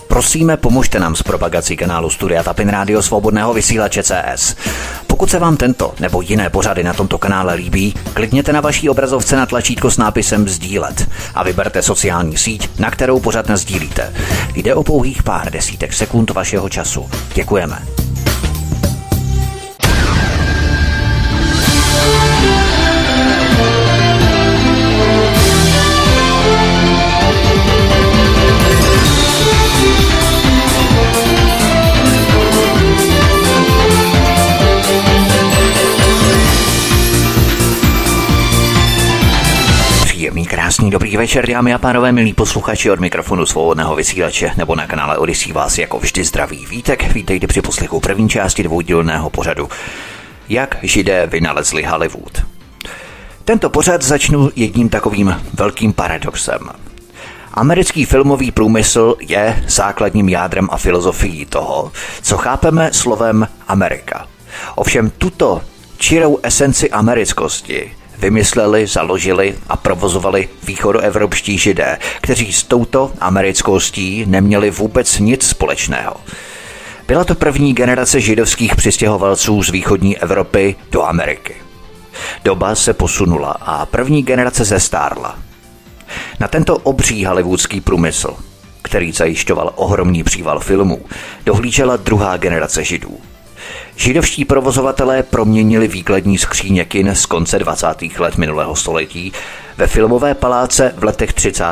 Prosíme, pomožte nám s propagací kanálu Studia Tapin Rádio Svobodného vysílače CS. Pokud se vám tento nebo jiné pořady na tomto kanále líbí, klikněte na vaší obrazovce na tlačítko s nápisem sdílet a vyberte sociální síť, na kterou pořad nasdílíte. Jde o pouhých pár desítek sekund vašeho času. Děkujeme. Krásný dobrý večer, dámy a pánové, milí posluchači, od mikrofonu Svobodného vysílače nebo na kanále Odyssey vás jako vždy zdraví Vítek. Vítejte při poslechu první části dvoudílného pořadu Jak Židé vynalezli Hollywood. Tento pořad začnu jedním takovým velkým paradoxem. Americký filmový průmysl je základním jádrem a filozofií toho, co chápeme slovem Amerika. Ovšem tuto čirou esenci americkosti vymysleli, založili a provozovali východoevropští Židé, kteří s touto americkostí neměli vůbec nic společného. Byla to první generace židovských přistěhovalců z východní Evropy do Ameriky. Doba se posunula a první generace zestárla. Na tento obří hollywoodský průmysl, který zajišťoval ohromný příval filmů, dohlížela druhá generace Židů. Židovští provozovatelé proměnili výkladní skříně kin z konce 20. let minulého století ve filmové paláce v letech 30.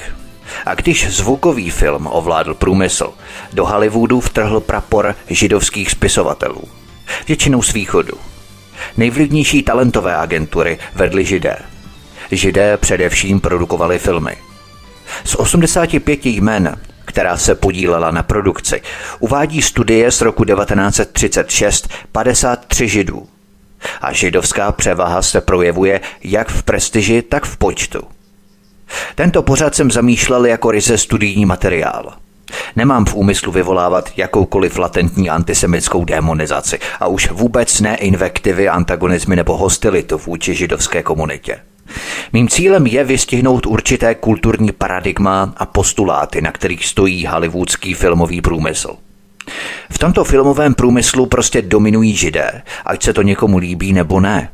A když zvukový film ovládl průmysl, do Hollywoodu vtrhl prapor židovských spisovatelů, většinou z východu. Nejvlivnější talentové agentury vedli Židé. Židé především produkovali filmy. Z 85 jmen, která se podílela na produkci, uvádí studie z roku 1936 53 Židů. A židovská převaha se projevuje jak v prestiži, tak v počtu. Tento pořad jsem zamýšlel jako ryze studijní materiál. Nemám v úmyslu vyvolávat jakoukoliv latentní antisemitskou demonizaci a už vůbec ne invektivy, antagonizmy nebo hostilitu vůči židovské komunitě. Mým cílem je vystihnout určité kulturní paradigma a postuláty, na kterých stojí hollywoodský filmový průmysl. V tomto filmovém průmyslu prostě dominují Židé, ať se to někomu líbí nebo ne.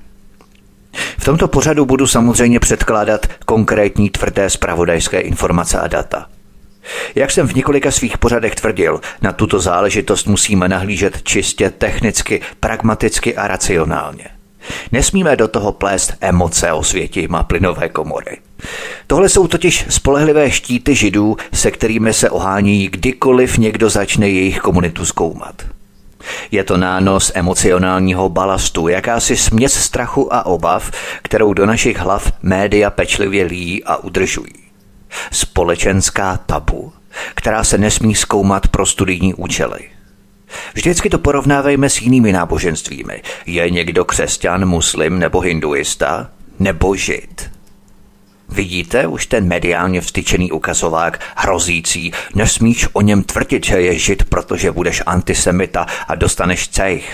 V tomto pořadu budu samozřejmě předkládat konkrétní tvrdé zpravodajské informace a data. Jak jsem v několika svých pořadech tvrdil, na tuto záležitost musíme nahlížet čistě technicky, pragmaticky a racionálně. Nesmíme do toho plést emoce o světě a plynové komory. Tohle jsou totiž spolehlivé štíty Židů, se kterými se ohánějí kdykoliv někdo začne jejich komunitu zkoumat. Je to nános emocionálního balastu, jakási směs strachu a obav, kterou do našich hlav média pečlivě lijí a udržují. Společenská tabu, která se nesmí zkoumat pro studijní účely. Vždycky to porovnávejme s jinými náboženstvími. Je někdo křesťan, muslim nebo hinduista? Nebo žid? Vidíte už ten mediálně vstyčený ukazovák hrozící, nesmíš o něm tvrdit, že je žid, protože budeš antisemita a dostaneš cejch.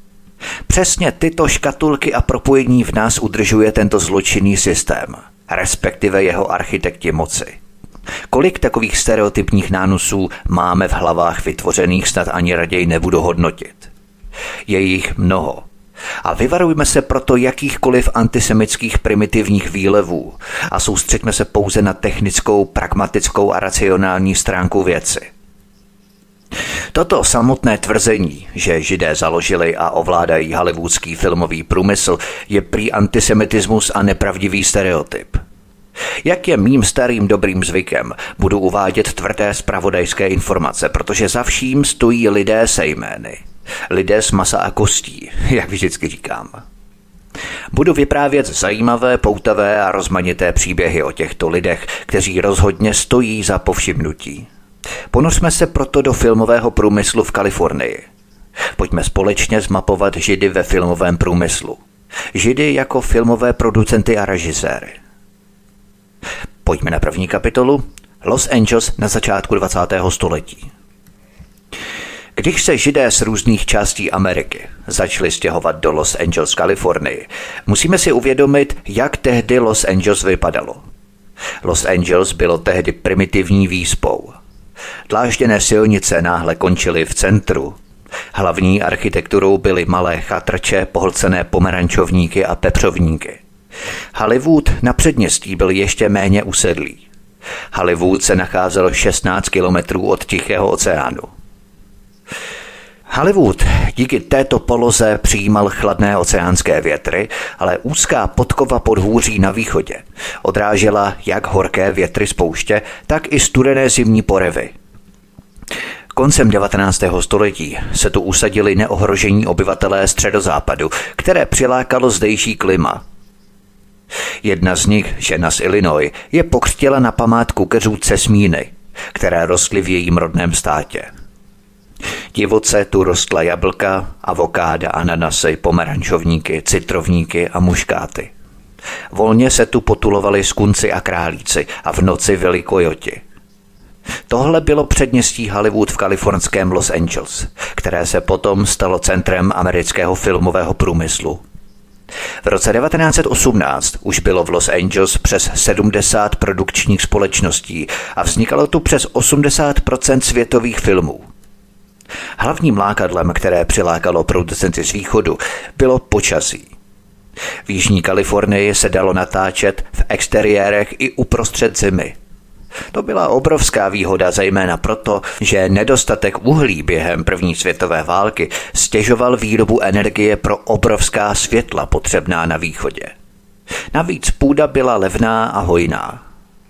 Přesně tyto škatulky a propojení v nás udržuje tento zločinný systém, respektive jeho architekti moci. Kolik takových stereotypních nánosů máme v hlavách vytvořených, snad ani raději nebudu hodnotit. Je jich mnoho. A vyvarujme se proto jakýchkoliv antisemických primitivních výlevů a soustřeďme se pouze na technickou, pragmatickou a racionální stránku věci. Toto samotné tvrzení, že Židé založili a ovládají hollywoodský filmový průmysl, je prý antisemitismus a nepravdivý stereotyp. Jak je mým starým dobrým zvykem, budu uvádět tvrdé zpravodajské informace, protože za vším stojí lidé se jmény. Lidé z masa a kostí, jak vždycky říkám. Budu vyprávět zajímavé, poutavé a rozmanité příběhy o těchto lidech, kteří rozhodně stojí za povšimnutí. Ponořme se proto do filmového průmyslu v Kalifornii. Pojďme společně zmapovat Židy ve filmovém průmyslu. Židy jako filmové producenty a režiséry. Pojďme na první kapitolu. Los Angeles na začátku 20. století. Když se Židé z různých částí Ameriky začali stěhovat do Los Angeles, Kalifornii, musíme si uvědomit, jak tehdy Los Angeles vypadalo. Los Angeles bylo tehdy primitivní výspou. Dlážděné silnice náhle končily v centru. Hlavní architekturou byly malé chatrče, pohlcené pomerančovníky a pepřovníky. Hollywood na předměstí byl ještě méně usedlý. Hollywood se nacházel 16 kilometrů od Tichého oceánu. Hollywood díky této poloze přijímal chladné oceánské větry, ale úzká podkova podhůří na východě odrážela jak horké větry z pouště, tak i studené zimní porevy. Koncem 19. století se tu usadili neohrožení obyvatelé středozápadu, které přilákalo zdejší klima. Jedna z nich, žena z Illinois, je pokřtěla na památku keřů cesmíny, které rostly v jejím rodném státě. Divoce tu rostla jablka, avokáda, ananasy, pomerančovníky, citrovníky a muškáty. Volně se tu potulovali skunci a králíci a v noci vyli kojoti. Tohle bylo předměstí Hollywood v kalifornském Los Angeles, které se potom stalo centrem amerického filmového průmyslu. V roce 1918 už bylo v Los Angeles přes 70 produkčních společností a vznikalo tu přes 80% světových filmů. Hlavním lákadlem, které přilákalo producenty z východu, bylo počasí. V jižní Kalifornii se dalo natáčet v exteriérech i uprostřed zimy. To byla obrovská výhoda zejména proto, že nedostatek uhlí během první světové války stěžoval výrobu energie pro obrovská světla potřebná na východě. Navíc půda byla levná a hojná.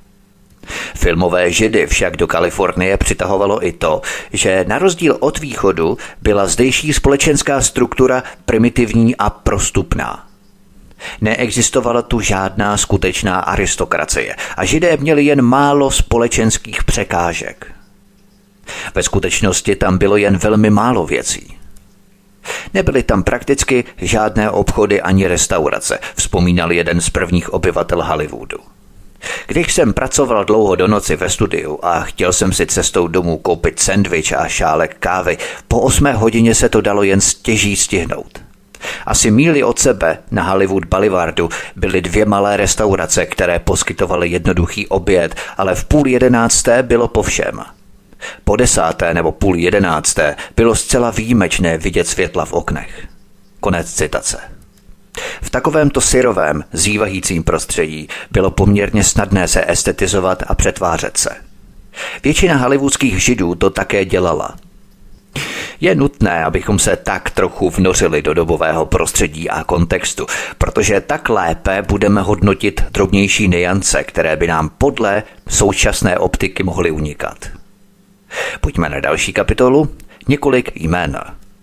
Filmové židy však do Kalifornie přitahovalo i to, že na rozdíl od východu byla zdejší společenská struktura primitivní a prostupná. Neexistovala tu žádná skutečná aristokracie a židé měli jen málo společenských překážek. Ve skutečnosti tam bylo jen velmi málo věcí. Nebyly tam prakticky žádné obchody ani restaurace, vzpomínal jeden z prvních obyvatel Hollywoodu. Když jsem pracoval dlouho do noci ve studiu a chtěl jsem si cestou domů koupit sendvič a šálek kávy, po 8 hodině se to dalo jen stěží stihnout. Asi míli od sebe na Hollywood Boulevardu byly 2 malé restaurace, které poskytovaly jednoduchý oběd, ale v 10:30 bylo po všem. Po 10. nebo 10:30 bylo zcela výjimečné vidět světla v oknech. Konec citace. V takovémto syrovém, zívajícím prostředí bylo poměrně snadné se estetizovat a přetvářet se. Většina hollywoodských židů to také dělala. Je nutné, abychom se tak trochu vnořili do dobového prostředí a kontextu, protože tak lépe budeme hodnotit drobnější nuance, které by nám podle současné optiky mohly unikat. Pojďme na další kapitolu, několik jmen.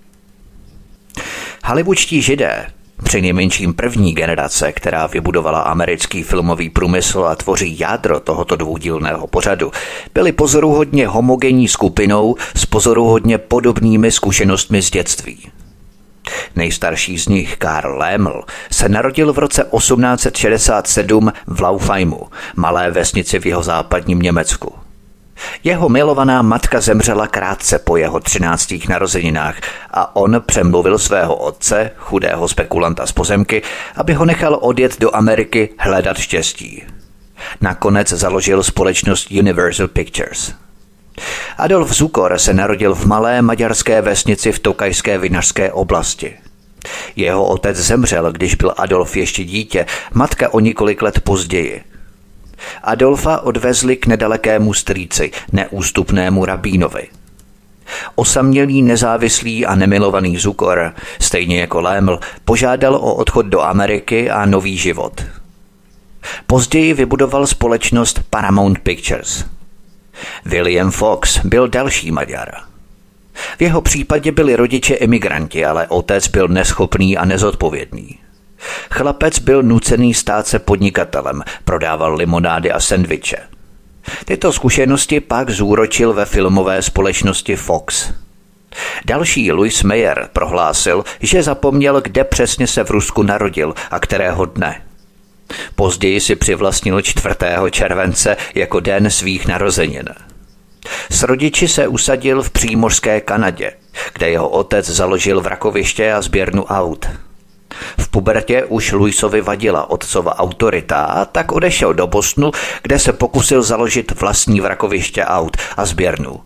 Hollywoodští židé, přinejmenším první generace, která vybudovala americký filmový průmysl a tvoří jádro tohoto dvoudílného pořadu, byli pozoruhodně homogenní skupinou s pozoruhodně podobnými zkušenostmi z dětství. Nejstarší z nich, Karl Laemml, se narodil v roce 1867 v Laufheimu, malé vesnici v jihozápadním Německu. Jeho milovaná matka zemřela krátce po jeho 13. narozeninách a on přemluvil svého otce, chudého spekulanta z pozemky, aby ho nechal odjet do Ameriky hledat štěstí. Nakonec založil společnost Universal Pictures. Adolf Zukor se narodil v malé maďarské vesnici v Tokajské vinařské oblasti. Jeho otec zemřel, když byl Adolf ještě dítě, matka o několik let později. Adolfa odvezli k nedalekému strýci, neústupnému rabínovi. Osamělý, nezávislý a nemilovaný Zukor, stejně jako Laemml, požádal o odchod do Ameriky a nový život. Později vybudoval společnost Paramount Pictures. William Fox byl další Maďar. V jeho případě byli rodiče emigranti, ale otec byl neschopný a nezodpovědný. Chlapec byl nucený stát se podnikatelem, prodával limonády a sendviče. Tyto zkušenosti pak zúročil ve filmové společnosti Fox. Další Louis Mayer prohlásil, že zapomněl, kde přesně se v Rusku narodil a kterého dne. Později si přivlastnil 4. července jako den svých narozenin. S rodiči se usadil v přímořské Kanadě, kde jeho otec založil vrakoviště a sběrnu aut. V pubertě už Louisovi vadila otcova autorita a tak odešel do Bostonu, kde se pokusil založit vlastní vrakoviště aut a sběrnu.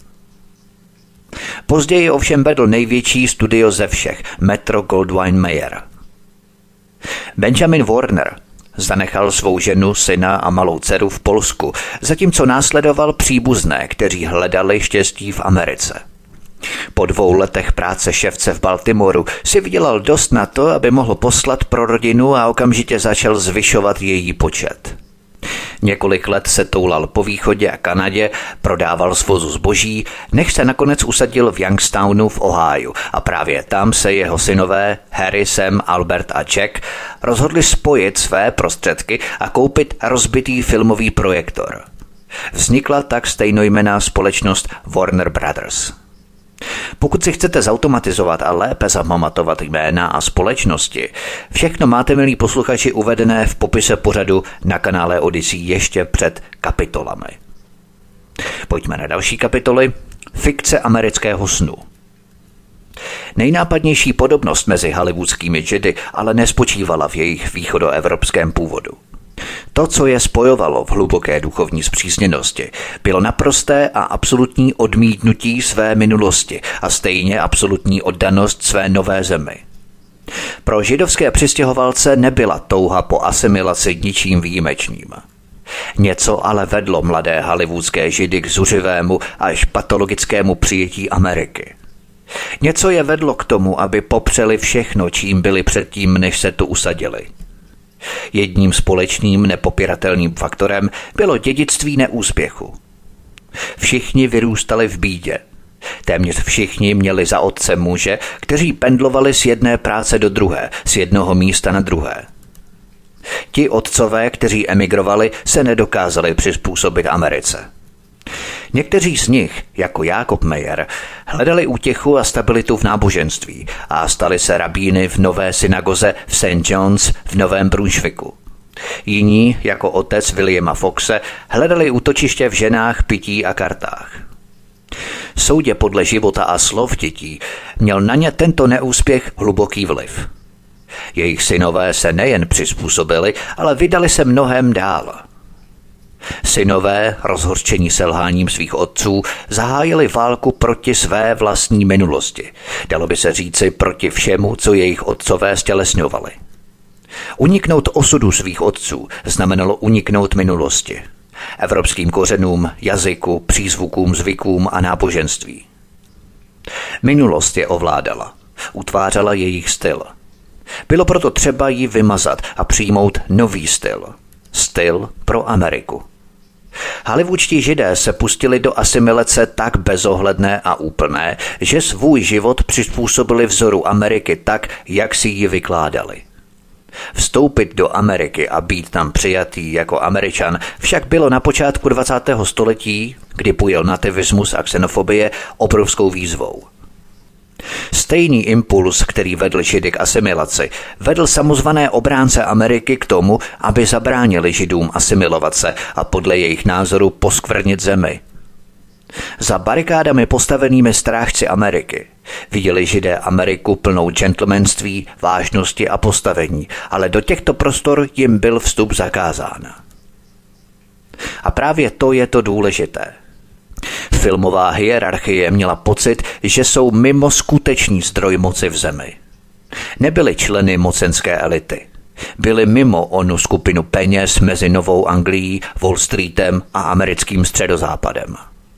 Později ovšem vedl největší studio ze všech, Metro-Goldwyn-Mayer. Benjamin Warner zanechal svou ženu, syna a malou dceru v Polsku, zatímco následoval příbuzné, kteří hledali štěstí v Americe. Po 2 letech práce ševce v Baltimoru si vydělal dost na to, aby mohl poslat pro rodinu a okamžitě začal zvyšovat její počet. Několik let se toulal po východě a Kanadě, prodával z vozu zboží, než se nakonec usadil v Youngstownu v Ohiu a právě tam se jeho synové Harry, Sam, Albert a Jack rozhodli spojit své prostředky a koupit rozbitý filmový projektor. Vznikla tak stejnojmenná společnost Warner Brothers. Pokud si chcete zautomatizovat a lépe zapamatovat jména a společnosti, všechno máte, milí posluchači, uvedené v popise pořadu na kanále Odyssey ještě před kapitolami. Pojďme na další kapitoly. Fikce amerického snu. Nejnápadnější podobnost mezi hollywoodskými Jedi ale nespočívala v jejich východoevropském původu. To, co je spojovalo v hluboké duchovní spřísněnosti, bylo naprosté a absolutní odmítnutí své minulosti a stejně absolutní oddanost své nové zemi. Pro židovské přistěhovalce nebyla touha po asimilaci ničím výjimečným. Něco ale vedlo mladé hollywoodské Židy k zuřivému až patologickému přijetí Ameriky. Něco je vedlo k tomu, aby popřeli všechno, čím byli předtím, než se tu usadili. Jedním společným nepopiratelným faktorem bylo dědictví neúspěchu. Všichni vyrůstali v bídě. Téměř všichni měli za otce muže, kteří pendlovali z jedné práce do druhé, z jednoho místa na druhé. Ti otcové, kteří emigrovali, se nedokázali přizpůsobit Americe. Někteří z nich, jako Jacob Meyer, hledali útěchu a stabilitu v náboženství a stali se rabíny v nové synagoze v St. John's v Novém Brunswicku. Jiní, jako otec Williama Foxe, hledali útočiště v ženách, pití a kartách. Soudě podle života a slov dětí měl na ně tento neúspěch hluboký vliv. Jejich synové se nejen přizpůsobili, ale vydali se mnohem dál. Synové, rozhořčení selháním svých otců, zahájili válku proti své vlastní minulosti. Dalo by se říci proti všemu, co jejich otcové stělesňovali. Uniknout osudu svých otců znamenalo uniknout minulosti. Evropským kořenům, jazyku, přízvukům, zvykům a náboženství. Minulost je ovládala. Utvářela jejich styl. Bylo proto třeba ji vymazat a přijmout nový styl. Styl pro Ameriku. Hollywoodští Židé se pustili do asimilace tak bezohledné a úplné, že svůj život přizpůsobili vzoru Ameriky tak, jak si ji vykládali. Vstoupit do Ameriky a být tam přijatý jako Američan však bylo na počátku 20. století, kdy pojel nativismus a xenofobie, obrovskou výzvou. Stejný impuls, který vedl Židy k asimilaci, vedl samozvané obránce Ameriky k tomu, aby zabránili Židům asimilovat se a podle jejich názoru poskvrnit zemi. Za barikádami postavenými strážci Ameriky viděli Židé Ameriku plnou gentlemanství, vážnosti a postavení, ale do těchto prostor jim byl vstup zakázán. A právě to je to důležité. Filmová hierarchie měla pocit, že jsou mimo skutečný zdroj moci v zemi. Nebyli členy mocenské elity. Byli mimo onu skupinu peněz mezi Novou Anglií, Wall Streetem a americkým středozápadem.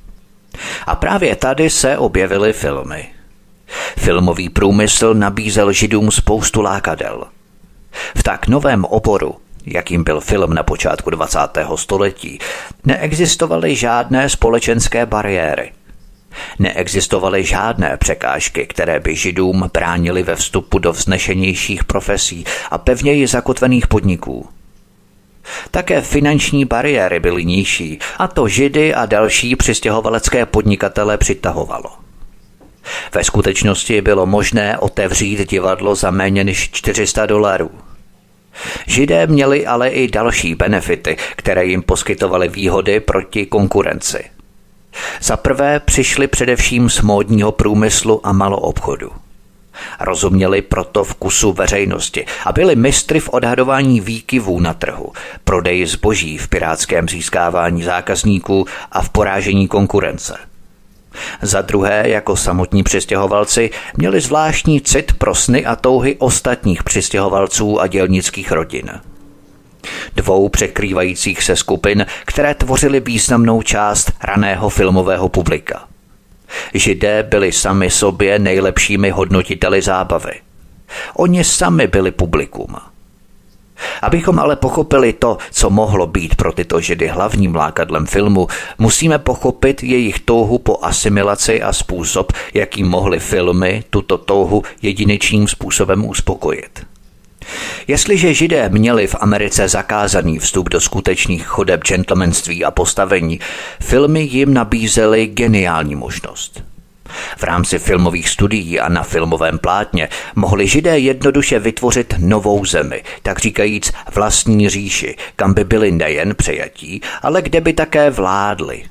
A právě tady se objevily filmy. Filmový průmysl nabízel Židům spoustu lákadel. V tak novém oboru, jakým byl film na počátku 20. století, neexistovaly žádné společenské bariéry. Neexistovaly žádné překážky, které by Židům bránily ve vstupu do vznešenějších profesí a pevněji zakotvených podniků. Také finanční bariéry byly nižší a to Židy a další přistěhovalecké podnikatele přitahovalo. Ve skutečnosti bylo možné otevřít divadlo za méně než $400. Židé měli ale i další benefity, které jim poskytovaly výhody proti konkurenci. Za prvé přišli především z módního průmyslu a maloobchodu. Rozuměli proto vkusu veřejnosti a byli mistry v odhadování výkyvů na trhu, prodeji zboží, v pirátském získávání zákazníků a v porážení konkurence. Za druhé, jako samotní přistěhovalci, měli zvláštní cit pro sny a touhy ostatních přistěhovalců a dělnických rodin. Dvou překrývajících se skupin, které tvořily významnou část raného filmového publika. Židé byli sami sobě nejlepšími hodnotiteli zábavy. Oni sami byli publikum. Abychom ale pochopili to, co mohlo být pro tyto Židy hlavním lákadlem filmu, musíme pochopit jejich touhu po asimilaci a způsob, jakým mohly filmy tuto touhu jedinečným způsobem uspokojit. Jestliže Židé měli v Americe zakázaný vstup do skutečných chodeb gentlemanství a postavení, filmy jim nabízely geniální možnost. V rámci filmových studií a na filmovém plátně mohli Židé jednoduše vytvořit novou zemi, tak říkajíc vlastní říši, kam by byli nejen přejatí, ale kde by také vládli.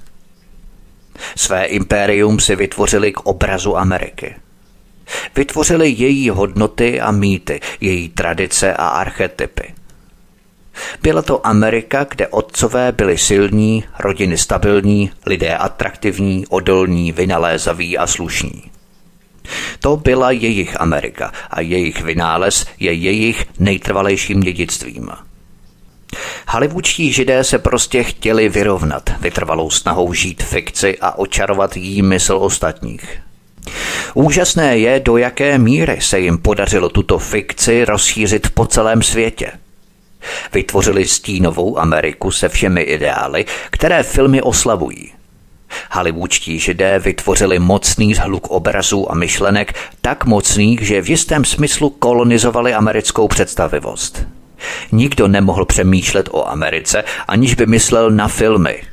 Své impérium si vytvořili k obrazu Ameriky. Vytvořili její hodnoty a mýty, její tradice a archetypy. Byla to Amerika, kde otcové byli silní, rodiny stabilní, lidé atraktivní, odolní, vynalézaví a slušní. To byla jejich Amerika a jejich vynález je jejich nejtrvalejším dědictvím. Hollywoodští Židé se prostě chtěli vyrovnat vytrvalou snahou žít fikci a očarovat jí mysl ostatních. Úžasné je, do jaké míry se jim podařilo tuto fikci rozšířit po celém světě. Vytvořili stínovou Ameriku se všemi ideály, které filmy oslavují. Hollywoodští Židé vytvořili mocný shluk obrazů a myšlenek, tak mocných, že v jistém smyslu kolonizovali americkou představivost. Nikdo nemohl přemýšlet o Americe, aniž by myslel na filmy.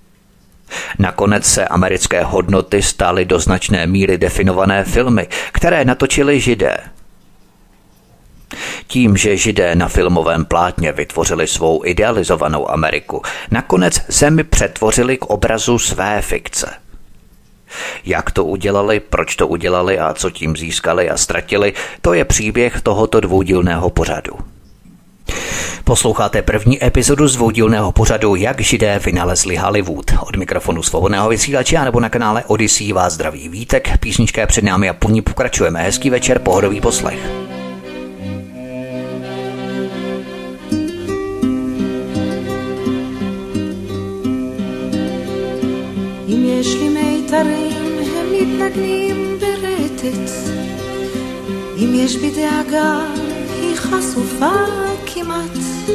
Nakonec se americké hodnoty staly do značné míry definované filmy, které natočili Židé. Tím, že Židé na filmovém plátně vytvořili svou idealizovanou Ameriku, nakonec zemi přetvořili k obrazu své fikce. Jak to udělali, proč to udělali a co tím získali a ztratili, to je příběh tohoto dvoudílného pořadu. Posloucháte první epizodu z dvoudílného pořadu Jak Židé vynalezli Hollywood. Od mikrofonu Svobodného vysílače nebo na kanále Odyssey vás zdraví Vítek. Písnička je před námi a po ní pokračujeme. Hezký večer, pohodový poslech. אם יש לי מיתרים הם מתנגנים ברטט, אם יש בי דאגה היא חשופה כמעט,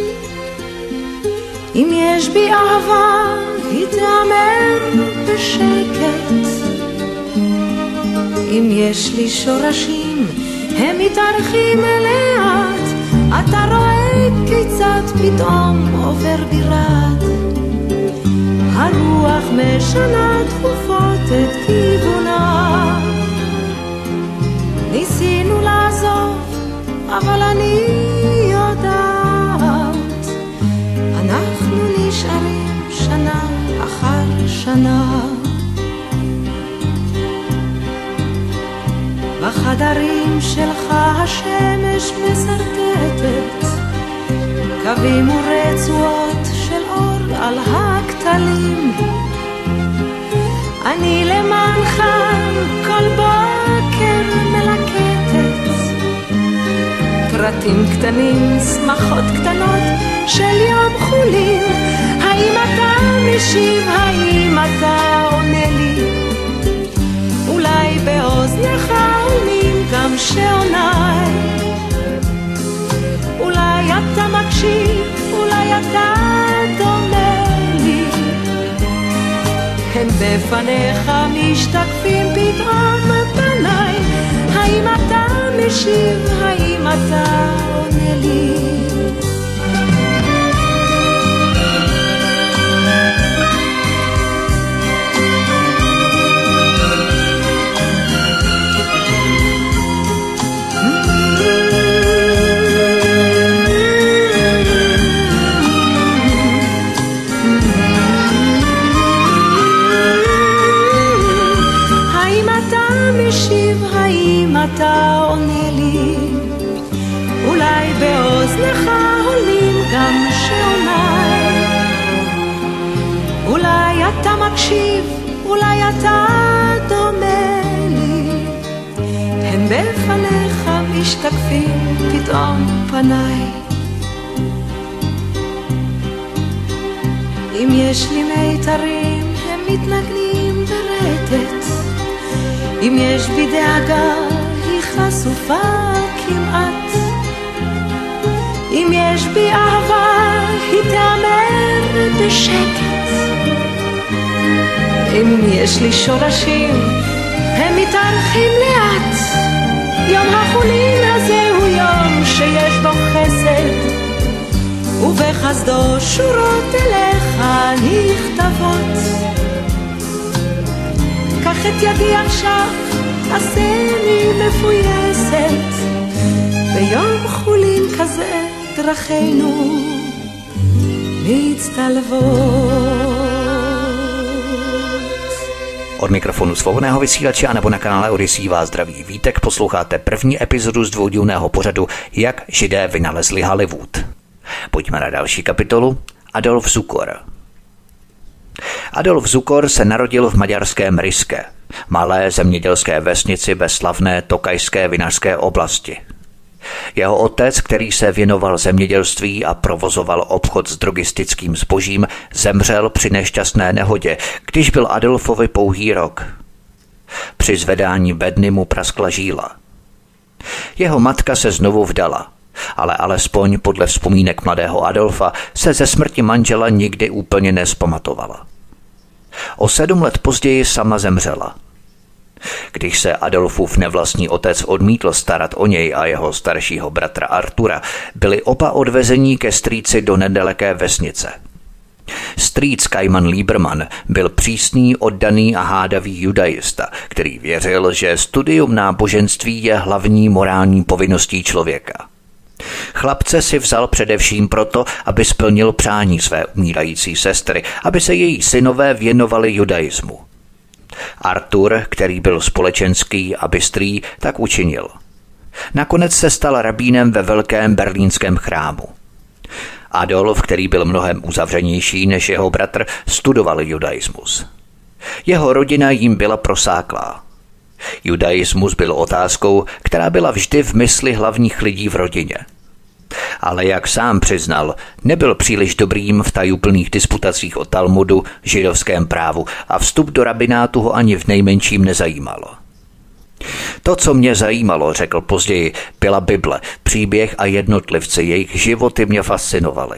אם יש בי אהבה היא תאמר בשקט, אם יש לי שורשים הם מתארחים לאט, אתה רואה כיצד פתאום עובר בירת, הרוח משנה תחופות את כיוונה, ניסינו לעזוב אבל אני יודעת אנחנו נשארים שנה אחר שנה, בחדרים שלך השמש מסרטטת קווים ורצועות של אור על הכתלים, אני למענך כל בוקר מלקטת פרטים קטנים, שמחות קטנות של יום חולין, האם אתה משיב, האם אתה עונה לי, אולי באוזנך עונים גם שעוניי, אולי אתה מקשיב, אולי אתה דומה לי, הם בפניך משתקפים פתאום פניי, האם אתה משיב, האם אתה עונה לי, האם אתה עונה לי, אולי באוזנך עולים גם שעוניי, אולי אתה מקשיב, אולי אתה דומה לי, הם בפניך משתקפים פתאום פניי. אם יש לי מיתרים הם מתנגנים ברטט, אם יש בי דאגה היא חשופה כמעט, אם יש בי אהבה היא תאמר בשקט, אם יש לי שורשים הם מתארחים לאט, יום החולין הזה הוא יום שיש בו חסד, ובחסדו שורות אליך נכתבות. קח את ידי עכשיו, עשני מפויסת, ביום חולין כזה דרכינו מצטלבות. Od mikrofonu Svobodného vysílače a nebo na kanále Odyssey vás zdraví Vítek, posloucháte první epizodu z dvoudílného pořadu Jak Židé vynalezli Hollywood. Pojďme na další kapitolu. Adolf Zukor. Adolf Zukor se narodil v maďarském Ryske, malé zemědělské vesnici ve slavné tokajské vinařské oblasti. Jeho otec, který se věnoval zemědělství a provozoval obchod s drogistickým zbožím, zemřel při nešťastné nehodě, když byl Adolfovi pouhý rok. Při zvedání bedny mu praskla žíla. Jeho matka se znovu vdala, ale alespoň podle vzpomínek mladého Adolfa se ze smrti manžela nikdy úplně nezpamatovala. O 7 let později sama zemřela. Když se Adolfův nevlastní otec odmítl starat o něj a jeho staršího bratra Artura, byli oba odvezení ke strýci do nedaleké vesnice. Strýc Kajman Lieberman byl přísný, oddaný a hádavý judaista, který věřil, že studium náboženství je hlavní morální povinností člověka. Chlapce si vzal především proto, aby splnil přání své umírající sestry, aby se její synové věnovali judaismu. Artur, který byl společenský a bystrý, tak učinil. Nakonec se stal rabínem ve velkém berlínském chrámu. Adolf, který byl mnohem uzavřenější než jeho bratr, studoval judaismus. Jeho rodina jim byla prosáklá. Judaismus byl otázkou, která byla vždy v mysli hlavních lidí v rodině. Ale jak sám přiznal, nebyl příliš dobrým v tajuplných disputacích o Talmudu, židovském právu a vstup do rabinátu ho ani v nejmenším nezajímalo. To, co mě zajímalo, řekl později, byla Bible, příběh a jednotlivci, jejich životy mě fascinovaly.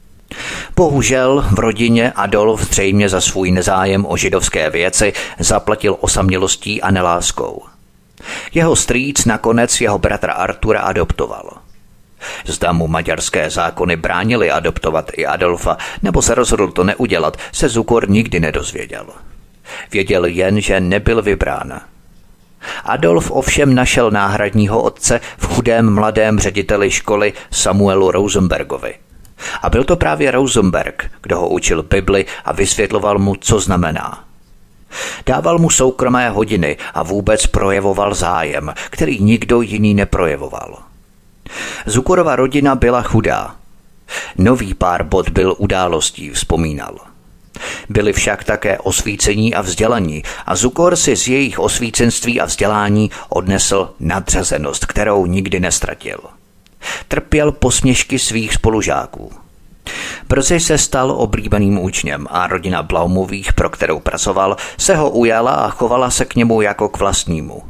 Bohužel v rodině Adolf zřejmě za svůj nezájem o židovské věci zaplatil osamělostí a neláskou. Jeho strýc nakonec jeho bratra Artura adoptoval. Zda mu maďarské zákony bránily adoptovat i Adolfa, nebo se rozhodl to neudělat, se Zukor nikdy nedozvěděl. Věděl jen, že nebyl vybrán. Adolf ovšem našel náhradního otce v chudém mladém řediteli školy Samuelu Rosenbergovi. A byl to právě Rosenberg, kdo ho učil Bibli a vysvětloval mu, co znamená. Dával mu soukromé hodiny a vůbec projevoval zájem, který nikdo jiný neprojevoval. Zukorova rodina byla chudá. Nový pár bod byl událostí, vzpomínal. Byli však také osvícení a vzdělaní a Zukor si z jejich osvícenství a vzdělání odnesl nadřazenost, kterou nikdy nestratil. Trpěl posměšky svých spolužáků. Brzy se stal oblíbeným učněm a rodina Blaumových, pro kterou pracoval, se ho ujala a chovala se k němu jako k vlastnímu.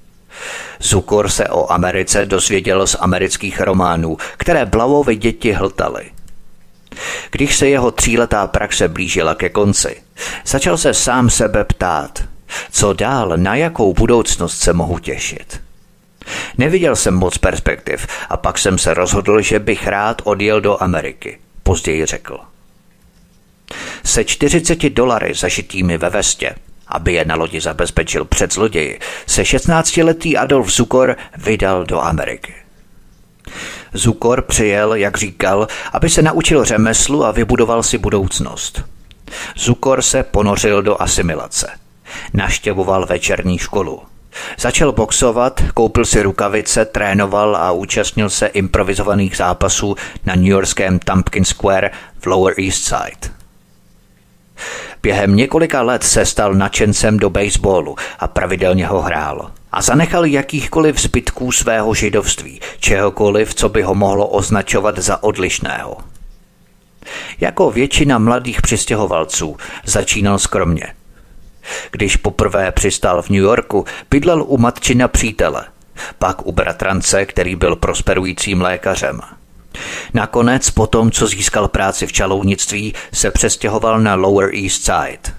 Zukor se o Americe dozvěděl z amerických románů, které Blaumovy děti hltaly. Když se jeho 3letá praxe blížila ke konci, začal se sám sebe ptát, co dál, na jakou budoucnost se mohu těšit. Neviděl jsem moc perspektiv a pak jsem se rozhodl, že bych rád odjel do Ameriky, později řekl. Se $40 zašitými ve vestě, aby je na lodi zabezpečil před zloději, se 16letý Adolf Zukor vydal do Ameriky. Zukor přijel, jak říkal, aby se naučil řemeslu a vybudoval si budoucnost. Zukor se ponořil do asimilace. Navštěvoval večerní školu. Začal boxovat, koupil si rukavice, trénoval a účastnil se improvizovaných zápasů na newyorském Tompkins Square v Lower East Side. Během několika let se stal nadšencem do baseballu a pravidelně ho hrál. A zanechal jakýchkoliv zbytků svého židovství, čehokoliv, co by ho mohlo označovat za odlišného. Jako většina mladých přistěhovalců začínal skromně. Když poprvé přistál v New Yorku, bydlel u matčina přítele, pak u bratrance, který byl prosperujícím lékařem. Nakonec, po tom, co získal práci v čalounictví, se přestěhoval na Lower East Side.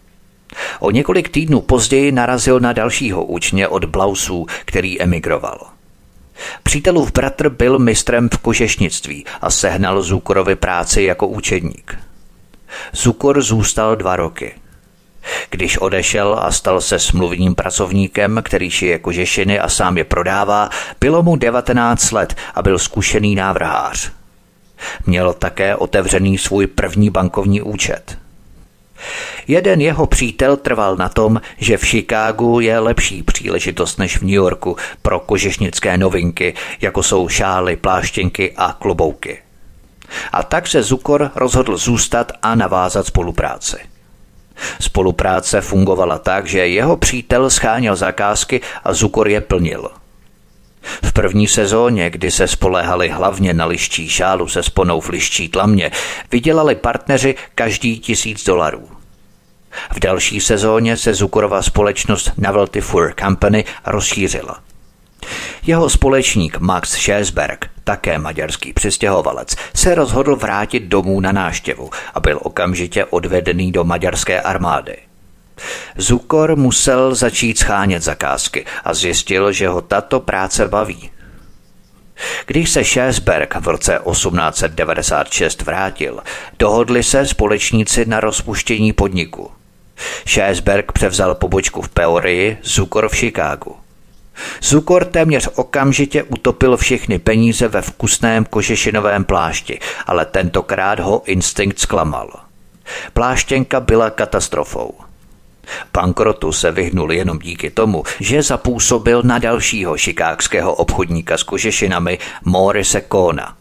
O několik týdnů později narazil na dalšího učně od Blausů, který emigroval. Přítelův bratr byl mistrem v kožešnictví a sehnal Zukorovi práci jako učedník. Zukor zůstal 2 roky. Když odešel a stal se smluvním pracovníkem, který šije kožešiny a sám je prodává, bylo mu 19 let a byl zkušený návrhář. Měl také otevřený svůj první bankovní účet. Jeden jeho přítel trval na tom, že v Chicagu je lepší příležitost než v New Yorku pro kožešnické novinky, jako jsou šály, pláštěnky a klobouky. A tak se Zukor rozhodl zůstat a navázat spolupráci. Spolupráce fungovala tak, že jeho přítel sháněl zakázky a Zukor je plnil. V první sezóně, kdy se spoléhali hlavně na liščí šálu se sponou v liščí tlamě, vydělali partneři každý $1000. V další sezóně se Zukorova společnost Novelty Fur Company rozšířila. Jeho společník Max Schäsberg, také maďarský přistěhovalec, se rozhodl vrátit domů na návštěvu a byl okamžitě odvedený do maďarské armády. Zukor musel začít shánět zakázky a zjistil, že ho tato práce baví. Když se Schäsberg v roce 1896 vrátil, dohodli se společníci na rozpuštění podniku. Schäsberg převzal pobočku v Peorii, Zukor v Chicagu. Zukor téměř okamžitě utopil všechny peníze ve vkusném kožešinovém plášti, ale tentokrát ho instinkt zklamal. Pláštěnka byla katastrofou. Bankrotu se vyhnul jenom díky tomu, že zapůsobil na dalšího chicagského obchodníka s kožešinami Morise Kohna.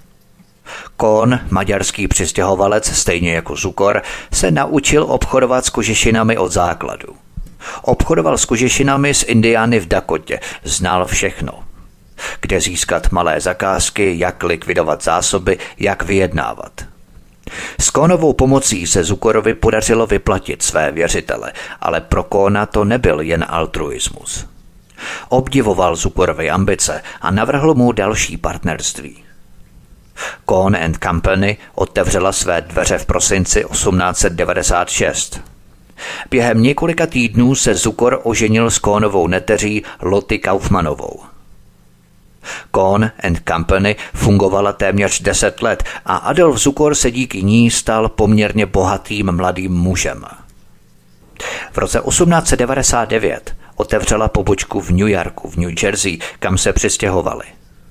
Kohn, maďarský přistěhovalec, stejně jako Zukor, se naučil obchodovat s kožešinami od základu. Obchodoval s kožešinami z Indiány v Dakotě, znal všechno. Kde získat malé zakázky, jak likvidovat zásoby, jak vyjednávat. S Kohnovou pomocí se Zukorovi podařilo vyplatit své věřitele, ale pro Kohna to nebyl jen altruismus. Obdivoval Zukorovi ambice a navrhl mu další partnerství. Kohn and Company otevřela své dveře v prosinci 1896. Během několika týdnů se Zukor oženil s Kohnovou neteří Lotty Kaufmanovou. Kohn and Company fungovala téměř 10 let a Adolf Zukor se díky ní stal poměrně bohatým mladým mužem. V roce 1899 otevřela pobočku v New Yorku, v New Jersey, kam se přistěhovali.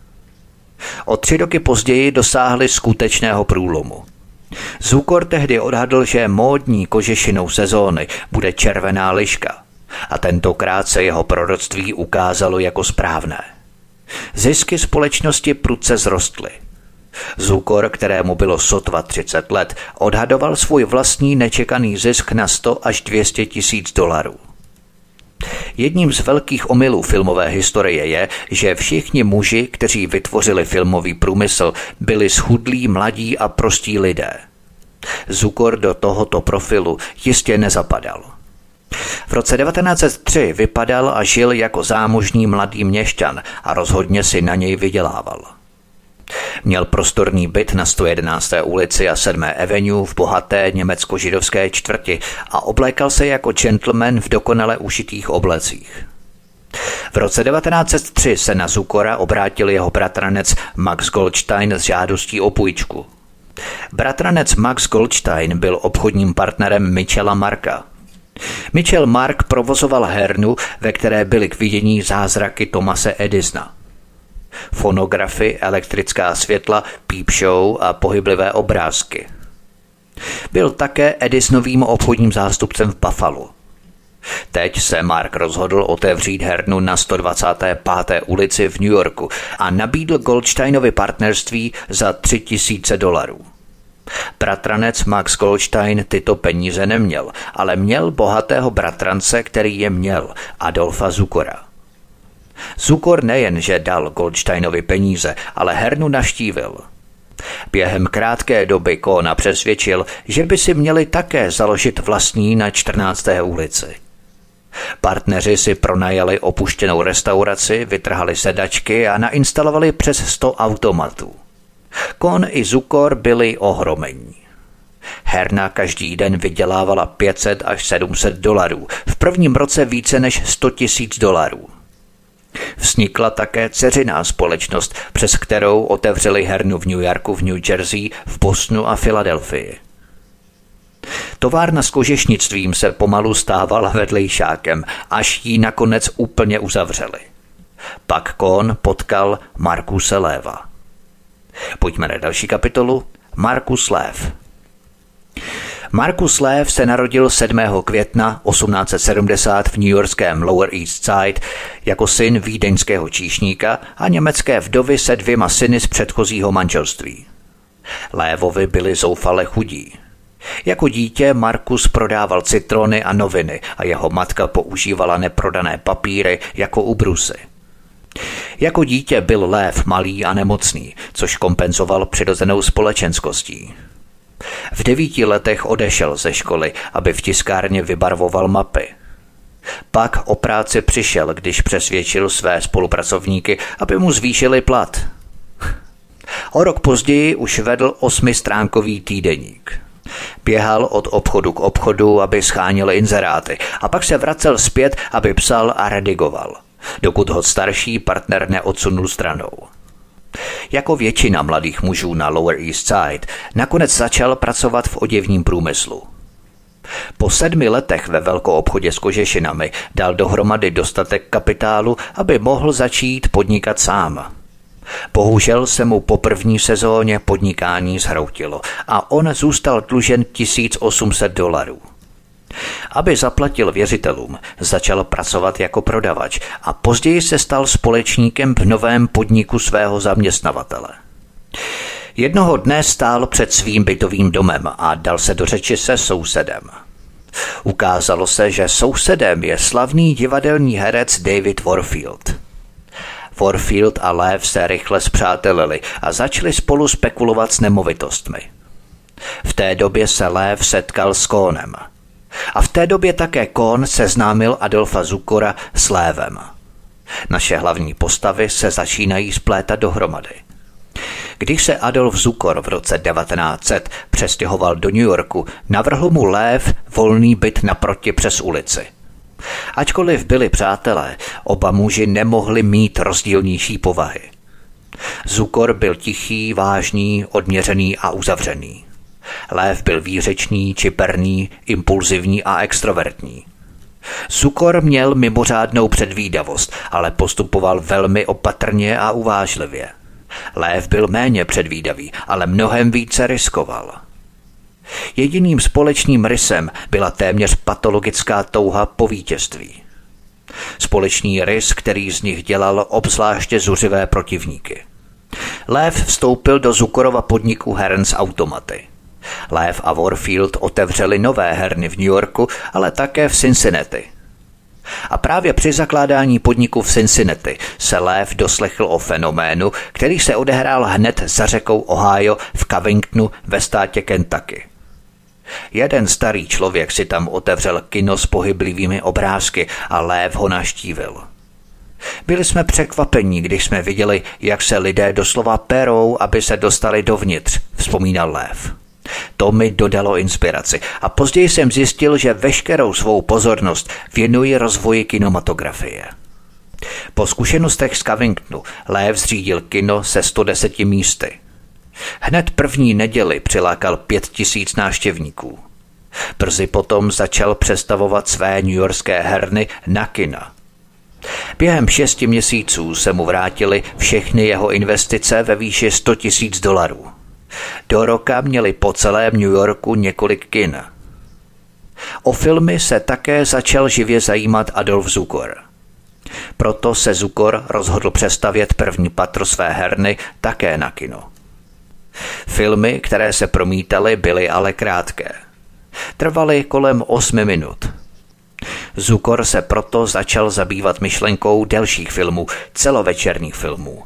O 3 roky později dosáhli skutečného průlomu. Zukor tehdy odhadl, že módní kožešinou sezóny bude červená liška a tentokrát se jeho proroctví ukázalo jako správné. Zisky společnosti prudce zrostly. Zukor, kterému bylo sotva 30 let, odhadoval svůj vlastní nečekaný zisk na $100 až $200 tisíc. Jedním z velkých omylů filmové historie je, že všichni muži, kteří vytvořili filmový průmysl, byli schudlí, mladí a prostí lidé. Zukor do tohoto profilu jistě nezapadal. V roce 1903 vypadal a žil jako zámožný mladý měšťan a rozhodně si na něj vydělával. Měl prostorný byt na 111. ulici a 7. Avenue v bohaté německo-židovské čtvrti a oblékal se jako gentleman v dokonale ušitých oblecích. V roce 1903 se na Zukora obrátil jeho bratranec Max Goldstein s žádostí o půjčku. Bratranec Max Goldstein byl obchodním partnerem Michela Marka. Michel Mark provozoval hernu, ve které byly k vidění zázraky Thomase Edisona. Fonografy, elektrická světla, peep show a pohyblivé obrázky. Byl také Edisonovým obchodním zástupcem v Buffalu. Teď se Mark rozhodl otevřít hernu na 125. ulici v New Yorku a nabídl Goldsteinovi partnerství za $3,000. Bratranec Max Goldstein tyto peníze neměl, ale měl bohatého bratrance, který je měl, Adolfa Zukora. Zukor nejenže dal Goldsteinovi peníze, ale hernu navštívil. Během krátké doby Kohna přesvědčil, že by si měli také založit vlastní na 14. ulici. Partneři si pronajali opuštěnou restauraci, vytrhali sedačky a nainstalovali přes 100 automatů. Kohn i Zukor byli ohromení. Herna každý den vydělávala $500 až $700, v prvním roce více než $100,000. Vznikla také dceřiná společnost, přes kterou otevřeli hernu v New Yorku, v New Jersey, v Bostonu a Filadelfii. Továrna s kožešnictvím se pomalu stávala vedlejšákem, až ji nakonec úplně uzavřeli. Pak Kohn potkal Marcuse Loeva. Pojďme na další kapitolu. Marcus Loev. Marcus Loev se narodil 7. května 1870 v newyorském Lower East Side jako syn vídeňského číšníka a německé vdovy se 2 syny z předchozího manželství. Loevovi byli zoufale chudí. Jako dítě Marcus prodával citrony a noviny a jeho matka používala neprodané papíry jako ubrusy. Jako dítě byl Loev malý a nemocný, což kompenzoval přirozenou společenskostí. V 9 letech odešel ze školy, aby v tiskárně vybarvoval mapy. Pak o práci přišel, když přesvědčil své spolupracovníky, aby mu zvýšili plat. O rok později už vedl 8stránkový týdeník. Běhal od obchodu k obchodu, aby scháněl inzeráty, a pak se vracel zpět, aby psal a redigoval, dokud ho starší partner neodsunul stranou. Jako většina mladých mužů na Lower East Side nakonec začal pracovat v oděvním průmyslu. Po 7 letech ve velkoobchodě s kožešinami dal dohromady dostatek kapitálu, aby mohl začít podnikat sám. Bohužel se mu po první sezóně podnikání zhroutilo a on zůstal dlužen $1,800. Aby zaplatil věřitelům, začal pracovat jako prodavač a později se stal společníkem v novém podniku svého zaměstnavatele. Jednoho dne stál před svým bytovým domem a dal se do řeči se sousedem. Ukázalo se, že sousedem je slavný divadelní herec David Warfield. Warfield a Loev se rychle spřátelili a začali spolu spekulovat s nemovitostmi. V té době se Loev setkal s Kohnem. A v té době také Kohn seznámil Adolfa Zukora s Loevem. Naše hlavní postavy se začínají splétat dohromady. Když se Adolf Zukor v roce 1900 přestěhoval do New Yorku, navrhl mu Loev volný byt naproti přes ulici. Ačkoliv byli přátelé, oba muži nemohli mít rozdílnější povahy. Zukor byl tichý, vážný, odměřený a uzavřený. Loev byl výřečný, čiperný, impulzivní a extrovertní. Zukor měl mimořádnou předvídavost, ale postupoval velmi opatrně a uvážlivě. Loev byl méně předvídavý, ale mnohem více riskoval. Jediným společným rysem byla téměř patologická touha po vítězství. Společný rys, který z nich dělal obzvláště zuřivé protivníky. Loev vstoupil do Zukorova podniku heren s automaty. Loev a Warfield otevřeli nové herny v New Yorku, ale také v Cincinnati. A právě při zakládání podniku v Cincinnati se Loev doslechl o fenoménu, který se odehrál hned za řekou Ohio v Covingtonu ve státě Kentucky. Jeden starý člověk si tam otevřel kino s pohyblivými obrázky a Loev ho navštívil. Byli jsme překvapení, když jsme viděli, jak se lidé doslova perou, aby se dostali dovnitř, vzpomínal Loev. To mi dodalo inspiraci a později jsem zjistil, že veškerou svou pozornost věnuji rozvoji kinematografie. Po zkušenostech z Covingtonu Loev zřídil kino se 110 místy. Hned první neděli přilákal 5000 návštěvníků. Brzy potom začal přestavovat své newyorské herny na kina. Během 6 měsíců se mu vrátily všechny jeho investice ve výši $100,000. Do roka měli po celém New Yorku několik kin. O filmy se také začal živě zajímat Adolf Zukor. Proto se Zukor rozhodl přestavět první patro své herny také na kino. Filmy, které se promítaly, byly ale krátké. Trvaly kolem 8 minut. Zukor se proto začal zabývat myšlenkou delších filmů, celovečerních filmů.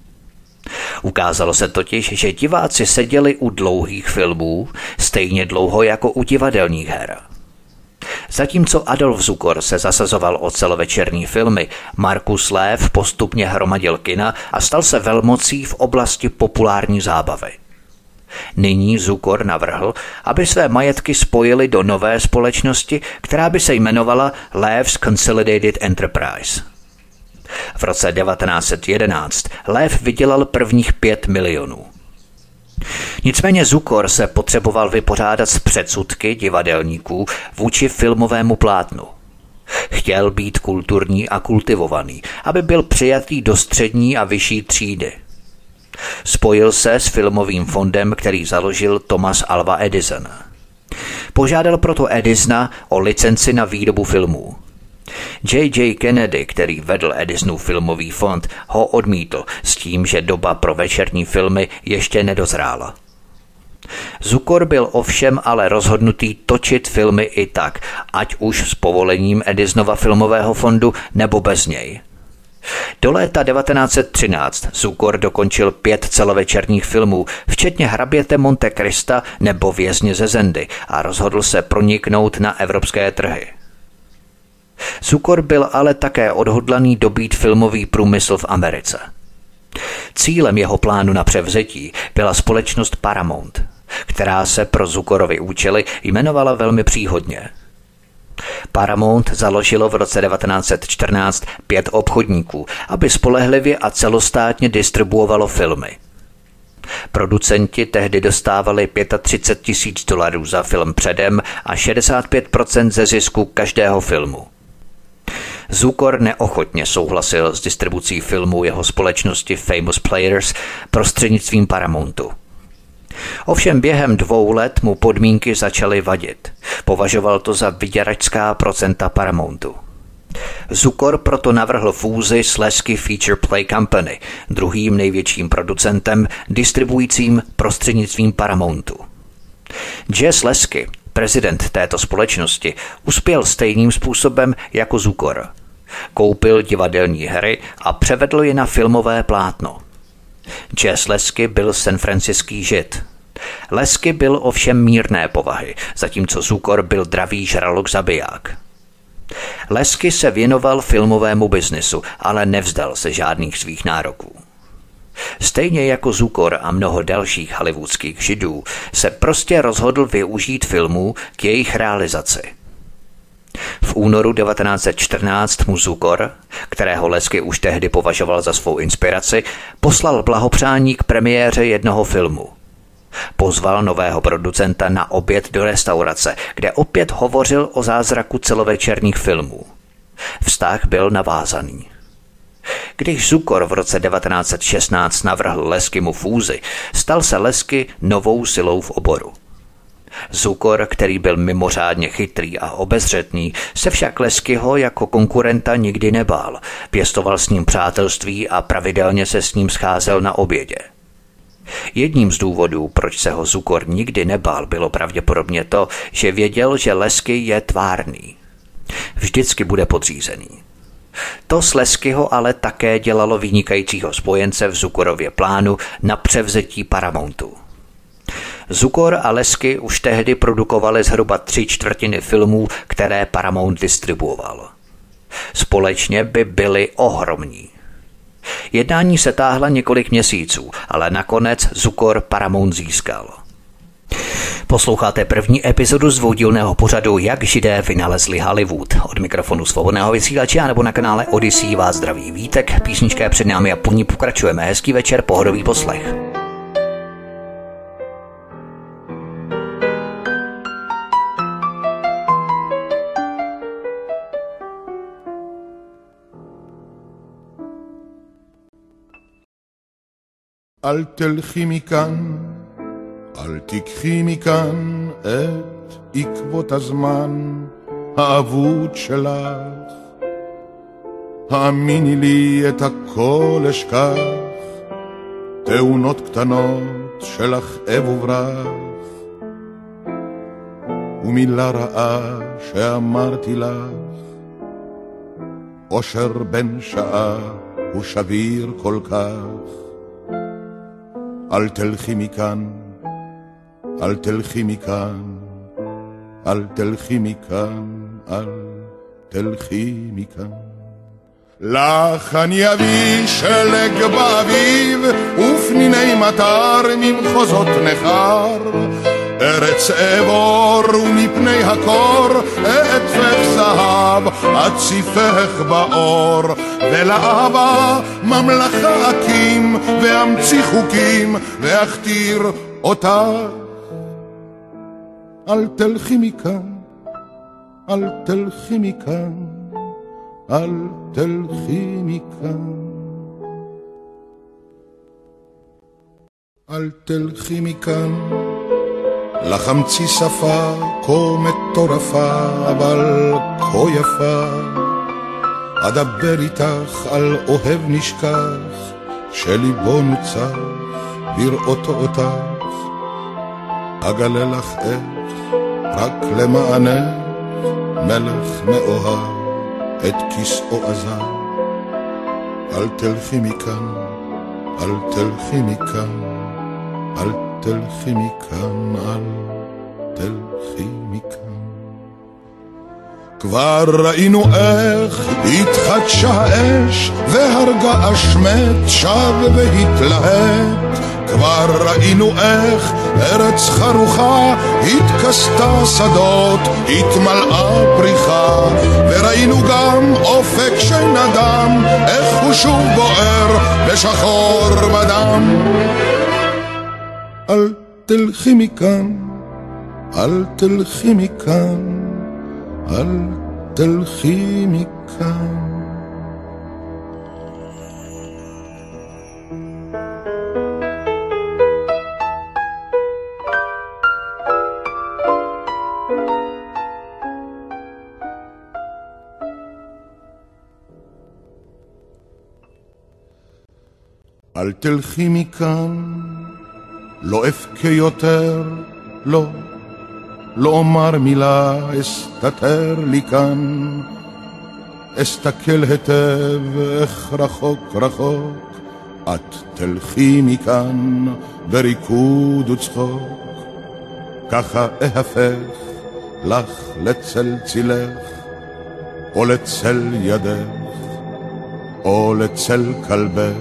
Ukázalo se totiž, že diváci seděli u dlouhých filmů stejně dlouho jako u divadelních her. Zatímco Adolf Zukor se zasazoval o celovečerní filmy, Markus Loew postupně hromadil kina a stal se velmocí v oblasti populární zábavy. Nyní Zukor navrhl, aby své majetky spojili do nové společnosti, která by se jmenovala Loew's Consolidated Enterprise. V roce 1911 Loew vydělal prvních 5 milionů. Nicméně Zukor se potřeboval vypořádat s předsudky divadelníků vůči filmovému plátnu. Chtěl být kulturní a kultivovaný, aby byl přijatý do střední a vyšší třídy. Spojil se s filmovým fondem, který založil Thomas Alva Edison. Požádal proto Edisona o licenci na výrobu filmů. J.J. Kennedy, který vedl Edisonův filmový fond, ho odmítl s tím, že doba pro večerní filmy ještě nedozrála. Zukor byl ovšem ale rozhodnutý točit filmy i tak, ať už s povolením Edisonova filmového fondu nebo bez něj. Do léta 1913 Zukor dokončil 5 celovečerních filmů, včetně Hraběte Monte Crista nebo Vězně ze Zendy, a rozhodl se proniknout na evropské trhy. Zukor byl ale také odhodlaný dobít filmový průmysl v Americe. Cílem jeho plánu na převzetí byla společnost Paramount, která se pro Zukorovy účely jmenovala velmi příhodně. Paramount založilo v roce 1914 5 obchodníků, aby spolehlivě a celostátně distribuovalo filmy. Producenti tehdy dostávali $35,000 za film předem a 65% ze zisku každého filmu. Zukor neochotně souhlasil s distribucí filmů jeho společnosti Famous Players prostřednictvím Paramountu. Ovšem během 2 let mu podmínky začaly vadit. Považoval to za vyděračská procenta Paramountu. Zukor proto navrhl fúzi s Lasky Feature Play Company, druhým největším producentem, distribuujícím prostřednictvím Paramountu. Jazz Lasky, prezident této společnosti, uspěl stejným způsobem jako Zukor. Koupil divadelní hry a převedl je na filmové plátno. Jazz Lasky byl sanfranciský žid. Lasky byl ovšem mírné povahy, zatímco Zukor byl dravý žralok zabiják. Lasky se věnoval filmovému biznisu, ale nevzdal se žádných svých nároků. Stejně jako Zukor a mnoho dalších hollywoodských židů se prostě rozhodl využít filmů k jejich realizaci. V únoru 1914 mu Zukor, kterého Lasky už tehdy považoval za svou inspiraci, poslal blahopřání k premiéře jednoho filmu. Pozval nového producenta na oběd do restaurace, kde opět hovořil o zázraku celovečerních filmů. Vztah byl navázaný. Když Zukor v roce 1916 navrhl Laskymu fúzi, stal se Lasky novou silou v oboru. Zukor, který byl mimořádně chytrý a obezřetný, se však Laskyho jako konkurenta nikdy nebál, pěstoval s ním přátelství a pravidelně se s ním scházel na obědě. Jedním z důvodů, proč se ho Zukor nikdy nebál, bylo pravděpodobně to, že věděl, že Lasky je tvárný. Vždycky bude podřízený. To z Laskyho ale také dělalo vynikajícího spojence v Zukorově plánu na převzetí Paramountu. Zukor a Lasky už tehdy produkovali zhruba 3/4 filmů, které Paramount distribuoval. Společně by byli ohromní. Jednání se táhla několik měsíců, ale nakonec Zukor Paramount získal. Posloucháte první epizodu z dvoudílného pořadu Jak Židé vynalezli Hollywood. Od mikrofonu Svobodného vysílače nebo na kanále Odyssey vás zdraví Vítek, písnička je před námi a po ní pokračujeme. Hezký večer, pohodový poslech. אל תלכי מכאן, אל תיקחי מכאן את עקבות הזמן האבוד שלך, האמיני לי את הכל אשכח, תאונות קטנות שלך אבוברח, ומילה רעה שאמרתי לך, אושר בן שעה הוא שביר כל כך. אל תלכי מכאן, אל תלכי מכאן, אל תלכי מכאן, אל תלכי מכאן. לך אני אביא שלג באביב ופניני מטר ממחוזות נחר, ארץ אבור ומפני הקור אתפך זהב אציפך באור, ולאבא ממלכה אקים ואמציא חוקים ואכתיר אותך. אל תלכי מכאן, אל תלכי מכאן, אל תלכי מכאן, אל תלכי מכאן. לך אמציא שפה כה מטורפה אבל כה יפה, אדבר איתך על אוהב נשכח שליבו נוצח בראותו אותך, אגלה לך איך רק למענך מלך מאוהב את כיסאו עזב. אל תלכי מכאן, אל תלכי מכאן, אל תלכי מכאן, אל תלכי מכאן. כבר ראינו איך התחדשה האש והרגע השמת שב והתלהט, כבר ראינו איך ארץ חרוכה התכסתה שדות, התמלאה פריחה, וראינו גם אופק שנדם איך הוא שוב בוער בשחור בדם. אל תלכי מכאן, אל תלכי מכאן, אל תלכי מכאן. אל תלכי מכאן, לא אבכה יותר, לא, לא אומר מילה, אסתתר לי כאן, אסתכל היטב איך רחוק רחוק, את תלכי מכאן בריקוד וצחוק, ככה אהפך לך לצל צילך, או לצל ידך, או לצל כלבך.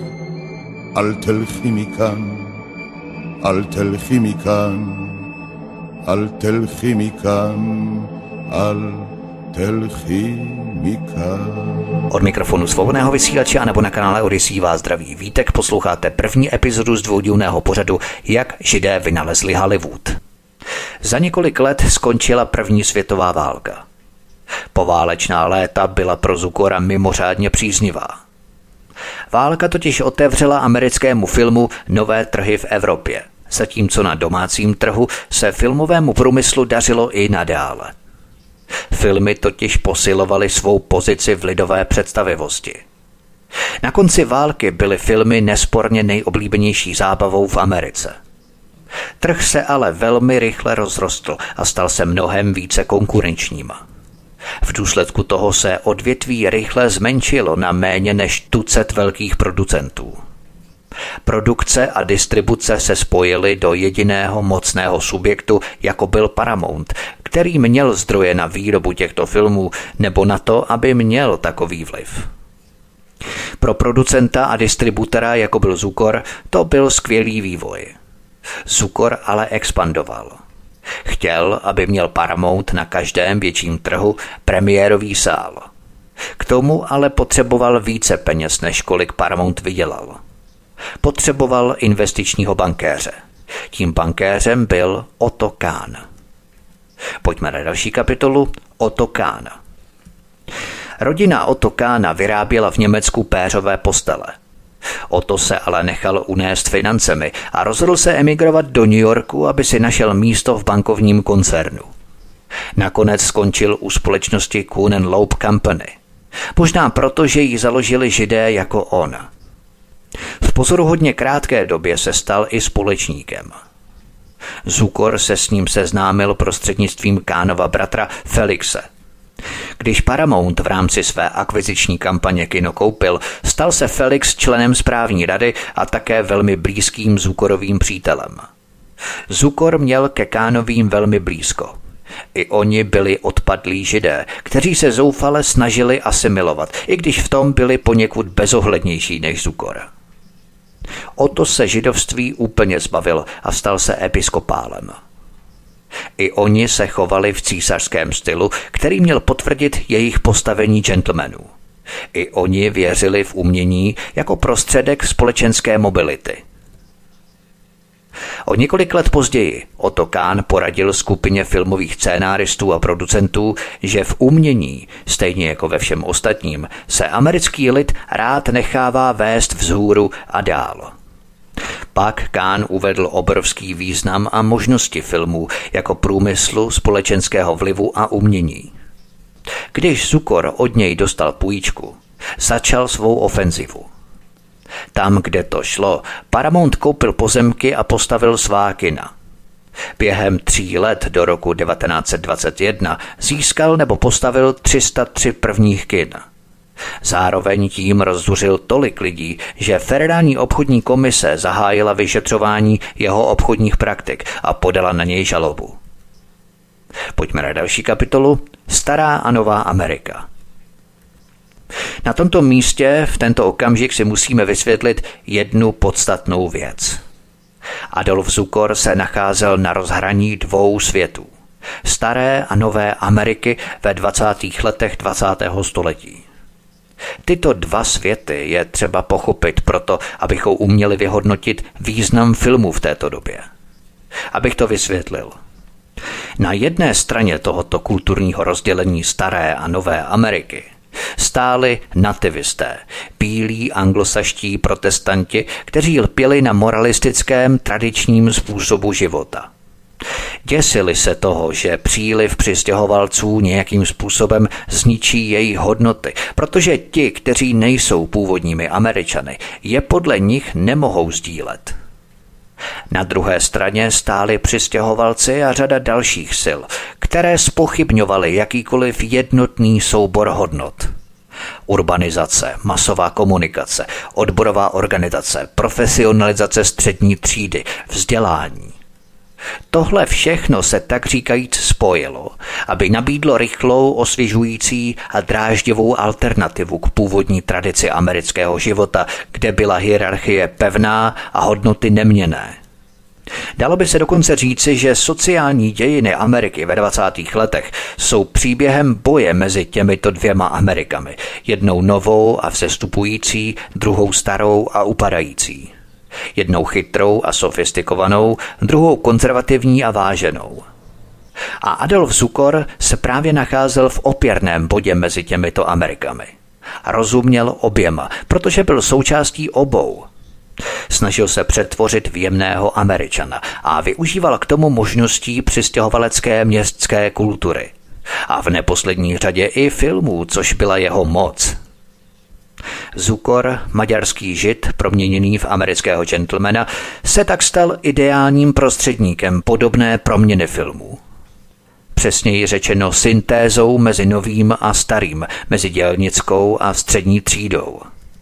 אל תלכי מכאן, אל תלכי מכאן, אל תלכי מכאן, אל תלכי מכאn. Od mikrofonu Svobodného vysílače a nebo na kanále Odyssey vás zdraví Vítek, posloucháte první epizodu z dvoudílného pořadu Jak Židé vynalezli Hollywood. Za několik let skončila první světová válka. Poválečná léta byla pro Zukora mimořádně příznivá. Válka totiž otevřela americkému filmu nové trhy v Evropě, zatímco na domácím trhu se filmovému průmyslu dařilo i nadále. Filmy totiž posilovaly svou pozici v lidové představivosti. Na konci války byly filmy nesporně nejoblíbenější zábavou v Americe. Trh se ale velmi rychle rozrostl a stal se mnohem více konkurenčním. V důsledku toho se odvětví rychle zmenšilo na méně než tucet velkých producentů. Produkce a distribuce se spojily do jediného mocného subjektu, jako byl Paramount, který měl zdroje na výrobu těchto filmů nebo na to, aby měl takový vliv. Pro producenta a distributora, jako byl Zukor, to byl skvělý vývoj. Zukor ale expandoval. Chtěl, aby měl Paramount na každém větším trhu premiérový sál. K tomu ale potřeboval více peněz, než kolik Paramount vydělal. Potřeboval investičního bankéře. Tím bankéřem byl Otto Kahn. Pojďme na další kapitolu. Otto Kahn. Rodina Otto Kahna vyráběla v Německu péřové postele. Otto se ale nechal unést financemi a rozhodl se emigrovat do New Yorku, aby si našel místo v bankovním koncernu. Nakonec skončil u společnosti Kuhn & Loeb Company. Možná proto, že ji založili Židé jako on. V pozoruhodně krátké době se stal i společníkem. Zukor se s ním seznámil prostřednictvím Kahnova bratra Felixe. Když Paramount v rámci své akviziční kampaně kino koupil, stal se Felix členem správní rady a také velmi blízkým Zukorovým přítelem. Zukor měl ke Kahnovým velmi blízko. I oni byli odpadlí Židé, kteří se zoufale snažili asimilovat, i když v tom byli poněkud bezohlednější než Zukor. Otto se židovství úplně zbavil a stal se episkopálem. I oni se chovali v císařském stylu, který měl potvrdit jejich postavení gentlemanů. I oni věřili v umění jako prostředek společenské mobility. O několik let později Otto Kahn poradil skupině filmových scénáristů a producentů, že v umění, stejně jako ve všem ostatním, se americký lid rád nechává vést vzhůru a dál. Pak Kahn uvedl obrovský význam a možnosti filmů jako průmyslu, společenského vlivu a umění. Když Zukor od něj dostal půjčku, začal svou ofenzivu. Tam, kde to šlo, Paramount koupil pozemky a postavil svá kina. Během 3 let do roku 1921 získal nebo postavil 303 prvních kin. Zároveň tím rozzuřil tolik lidí, že Federální obchodní komise zahájila vyšetřování jeho obchodních praktik a podala na něj žalobu. Pojďme na další kapitolu. Stará a nová Amerika. Na tomto místě v tento okamžik si musíme vysvětlit jednu podstatnou věc. Adolf Zukor se nacházel na rozhraní 2 světů. Staré a nové Ameriky ve 20. letech 20. století. Tyto 2 světy je třeba pochopit proto, abychom uměli vyhodnotit význam filmu v této době. Abych to vysvětlil. Na jedné straně tohoto kulturního rozdělení staré a nové Ameriky stáli nativisté, bílí anglosaští protestanti, kteří lpěli na moralistickém tradičním způsobu života. Děsili se toho, že příliv přistěhovalců nějakým způsobem zničí jejich hodnoty, protože ti, kteří nejsou původními Američany, je podle nich nemohou sdílet. Na druhé straně stáli přistěhovalci a řada dalších sil, které zpochybňovaly jakýkoliv jednotný soubor hodnot. Urbanizace, masová komunikace, odborová organizace, profesionalizace střední třídy, vzdělání. Tohle všechno se tak říkajíc spojilo, aby nabídlo rychlou, osvěžující a dráždivou alternativu k původní tradici amerického života, kde byla hierarchie pevná a hodnoty neměnné. Dalo by se dokonce říci, že sociální dějiny Ameriky ve 20. letech jsou příběhem boje mezi těmito 2 Amerikami, jednou novou a vzestupující, druhou starou a upadající. Jednou chytrou a sofistikovanou, druhou konzervativní a váženou. A Adolf Zukor se právě nacházel v opěrném bodě mezi těmito Amerikami. Rozuměl oběma, protože byl součástí obou. Snažil se přetvořit v jemného Američana a využíval k tomu možností přistěhovalecké městské kultury. A v neposlední řadě i filmů, což byla jeho moc. Zukor, maďarský žid, proměněný v amerického gentlemana, se tak stal ideálním prostředníkem podobné proměny filmů. Přesněji řečeno syntézou mezi novým a starým, mezi dělnickou a střední třídou.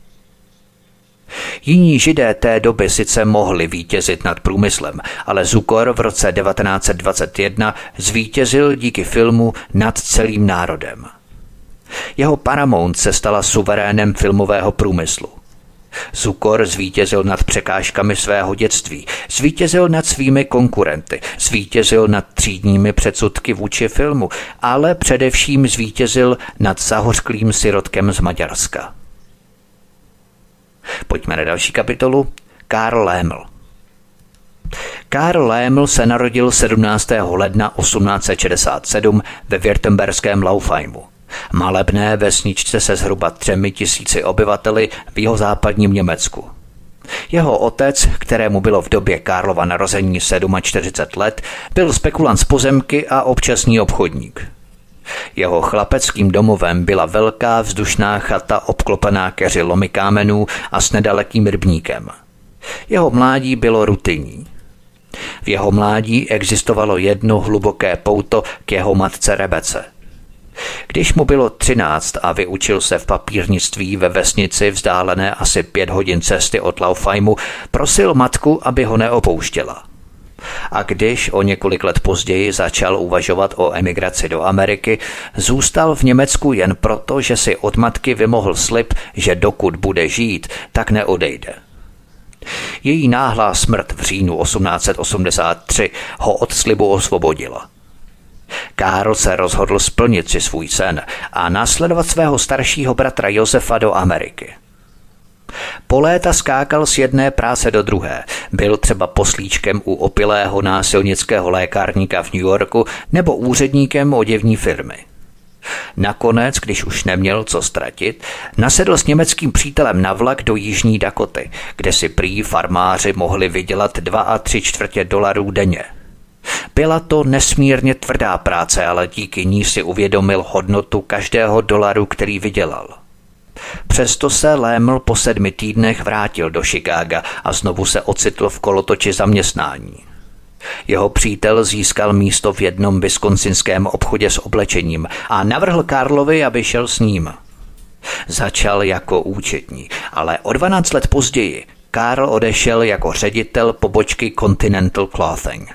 Jiní židé té doby sice mohli vítězit nad průmyslem, ale Zukor v roce 1921 zvítězil díky filmu nad celým národem. Jeho Paramount se stala suverénem filmového průmyslu. Zukor zvítězil nad překážkami svého dětství, zvítězil nad svými konkurenty, zvítězil nad třídními předsudky vůči filmu, ale především zvítězil nad zahořklým sirotkem z Maďarska. Pojďme na další kapitolu. Karl Laemml. Karl Laemml se narodil 17. ledna 1867 ve württemberském Laufheimu. malebné vesničce se zhruba 3000 obyvateli v jihozápadním Německu. Jeho otec, kterému bylo v době Karlova narození 47 let, byl spekulant z pozemky a občasný obchodník. Jeho chlapeckým domovem byla velká vzdušná chata obklopená keři lomy kámenů a s nedalekým rybníkem. Jeho mládí bylo rutinní. V jeho mládí existovalo jedno hluboké pouto k jeho matce Rebece. Když mu bylo 13 a vyučil se v papírnictví ve vesnici vzdálené asi 5 hodin cesty od Laufheimu, prosil matku, aby ho neopouštěla. A když o několik let později začal uvažovat o emigraci do Ameriky, zůstal v Německu jen proto, že si od matky vymohl slib, že dokud bude žít, tak neodejde. Její náhlá smrt v říjnu 1883 ho od slibu osvobodila. Karl se rozhodl splnit si svůj sen a následovat svého staršího bratra Josefa do Ameriky. Po léta skákal z jedné práce do druhé. Byl třeba poslíčkem u opilého násilnického lékárníka v New Yorku nebo úředníkem oděvní firmy. Nakonec, když už neměl co ztratit, nasedl s německým přítelem na vlak do Jižní Dakoty, kde si prý farmáři mohli vydělat $2,75 denně. Byla to nesmírně tvrdá práce, ale díky ní si uvědomil hodnotu každého dolaru, který vydělal. Přesto se Lämml po 7 týdnech vrátil do Chicaga a znovu se ocitl v kolotoči zaměstnání. Jeho přítel získal místo v jednom wisconsinském obchodě s oblečením a navrhl Karlovi, aby šel s ním. Začal jako účetní, ale o 12 let později Karl odešel jako ředitel pobočky Continental Clothing.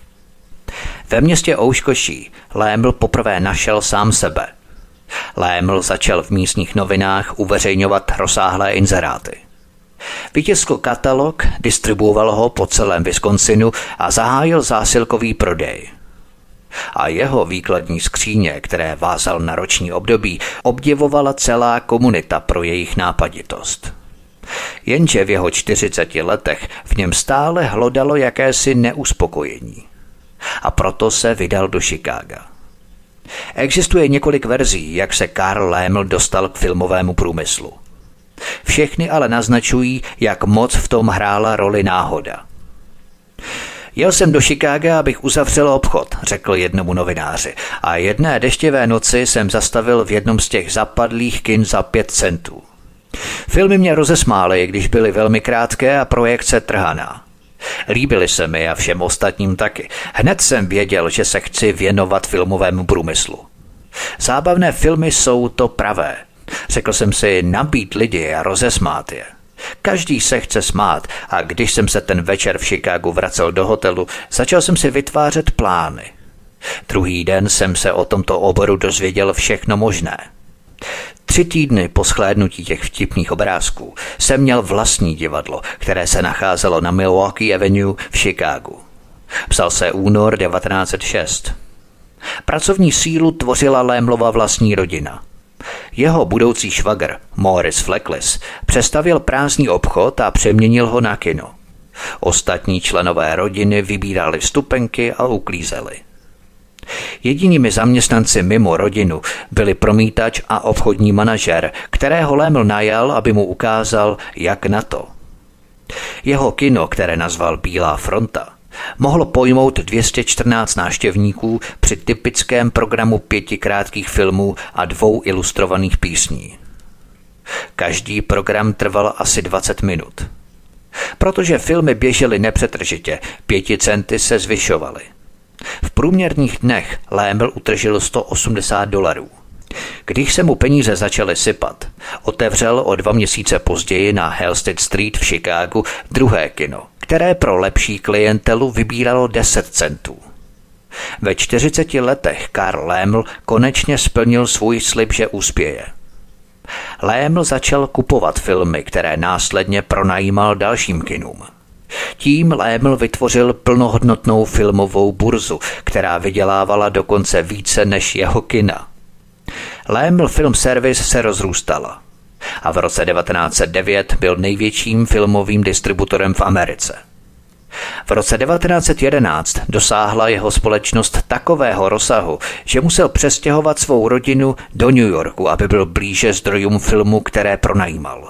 Ve městě Oushkoshi Lämml poprvé našel sám sebe. Lämml začal v místních novinách uveřejňovat rozsáhlé inzeráty. Vytiskl katalog, distribuoval ho po celém Wisconsinu a zahájil zásilkový prodej. A jeho výkladní skříně, které vázal na roční období, obdivovala celá komunita pro jejich nápaditost. Jenže v jeho 40 letech v něm stále hlodalo jakési neuspokojení. A proto se vydal do Chicaga. Existuje několik verzí, jak se Karl Lämml dostal k filmovému průmyslu. Všechny ale naznačují, jak moc v tom hrála roli náhoda. Jel jsem do Chicaga, abych uzavřel obchod, řekl jednomu novináři, a jedné deštivé noci jsem zastavil v jednom z těch zapadlých kin za 5 centů. Filmy mě rozesmály, když byly velmi krátké a projekce trhaná. Líbily se mi a všem ostatním taky. Hned jsem věděl, že se chci věnovat filmovému průmyslu. Zábavné filmy jsou to pravé. Řekl jsem si, nabít lidi a rozesmát je. Každý se chce smát a když jsem se ten večer v Chicagu vracel do hotelu, začal jsem si vytvářet plány. Druhý den jsem se o tomto oboru dozvěděl všechno možné. 3 týdny po shlédnutí těch vtipných obrázků jsem měl vlastní divadlo, které se nacházelo na Milwaukee Avenue v Chicagu. Psal se únor 1906. Pracovní sílu tvořila Lämmlova vlastní rodina. Jeho budoucí švagr, Morris Flecklis, přestavěl prázdný obchod a přeměnil ho na kino. Ostatní členové rodiny vybírali vstupenky a uklízeli. Jedinými zaměstnanci mimo rodinu byli promítač a obchodní manažer, kterého Lämml najal, aby mu ukázal, jak na to. Jeho kino, které nazval Bílá fronta, mohlo pojmout 214 návštěvníků při typickém programu 5 krátkých filmů a 2 ilustrovaných písní. Každý program trval asi 20 minut. Protože filmy běžely nepřetržitě, 5 centy se zvyšovaly. V průměrných dnech Lämml utržil $180. Když se mu peníze začaly sypat, otevřel o 2 měsíce později na Halsted Street v Chicagu druhé kino, které pro lepší klientelu vybíralo 10 centů. Ve 40 letech Karl Lämml konečně splnil svůj slib, že uspěje. Lämml začal kupovat filmy, které následně pronajímal dalším kinům. Tím Lämml vytvořil plnohodnotnou filmovou burzu, která vydělávala dokonce více než jeho kina. Lämml Film Service se rozrůstala a v roce 1909 byl největším filmovým distributorem v Americe. V roce 1911 dosáhla jeho společnost takového rozsahu, že musel přestěhovat svou rodinu do New Yorku, aby byl blíže zdrojům filmu, které pronajímal.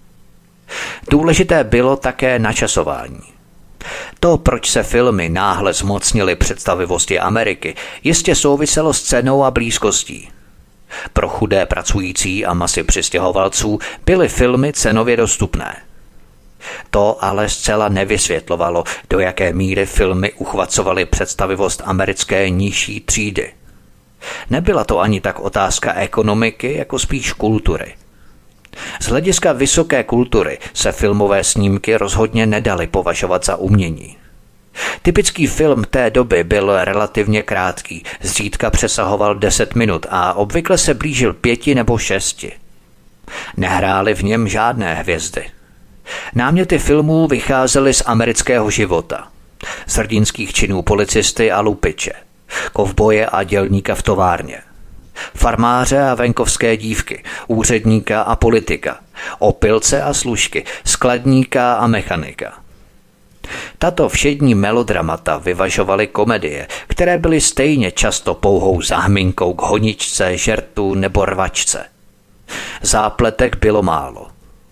Důležité bylo také načasování. To, proč se filmy náhle zmocnily představivosti Ameriky, jistě souviselo s cenou a blízkostí. Pro chudé pracující a masy přistěhovalců byly filmy cenově dostupné. To ale zcela nevysvětlovalo, do jaké míry filmy uchvacovaly představivost americké nižší třídy. Nebyla to ani tak otázka ekonomiky, jako spíš kultury. Z hlediska vysoké kultury se filmové snímky rozhodně nedaly považovat za umění. Typický film té doby byl relativně krátký, zřídka přesahoval 10 minut a obvykle se blížil 5 nebo 6. Nehrály v něm žádné hvězdy. Náměty filmů vycházely z amerického života, z hrdinských činů policisty a lupiče, kovboje a dělníka v továrně, farmáře a venkovské dívky, úředníka a politika, opilce a služky, skladníka a mechanika. Tato všední melodramata vyvažovaly komedie, které byly stejně často pouhou záminkou k honičce, žertu nebo rvačce. Zápletek bylo málo.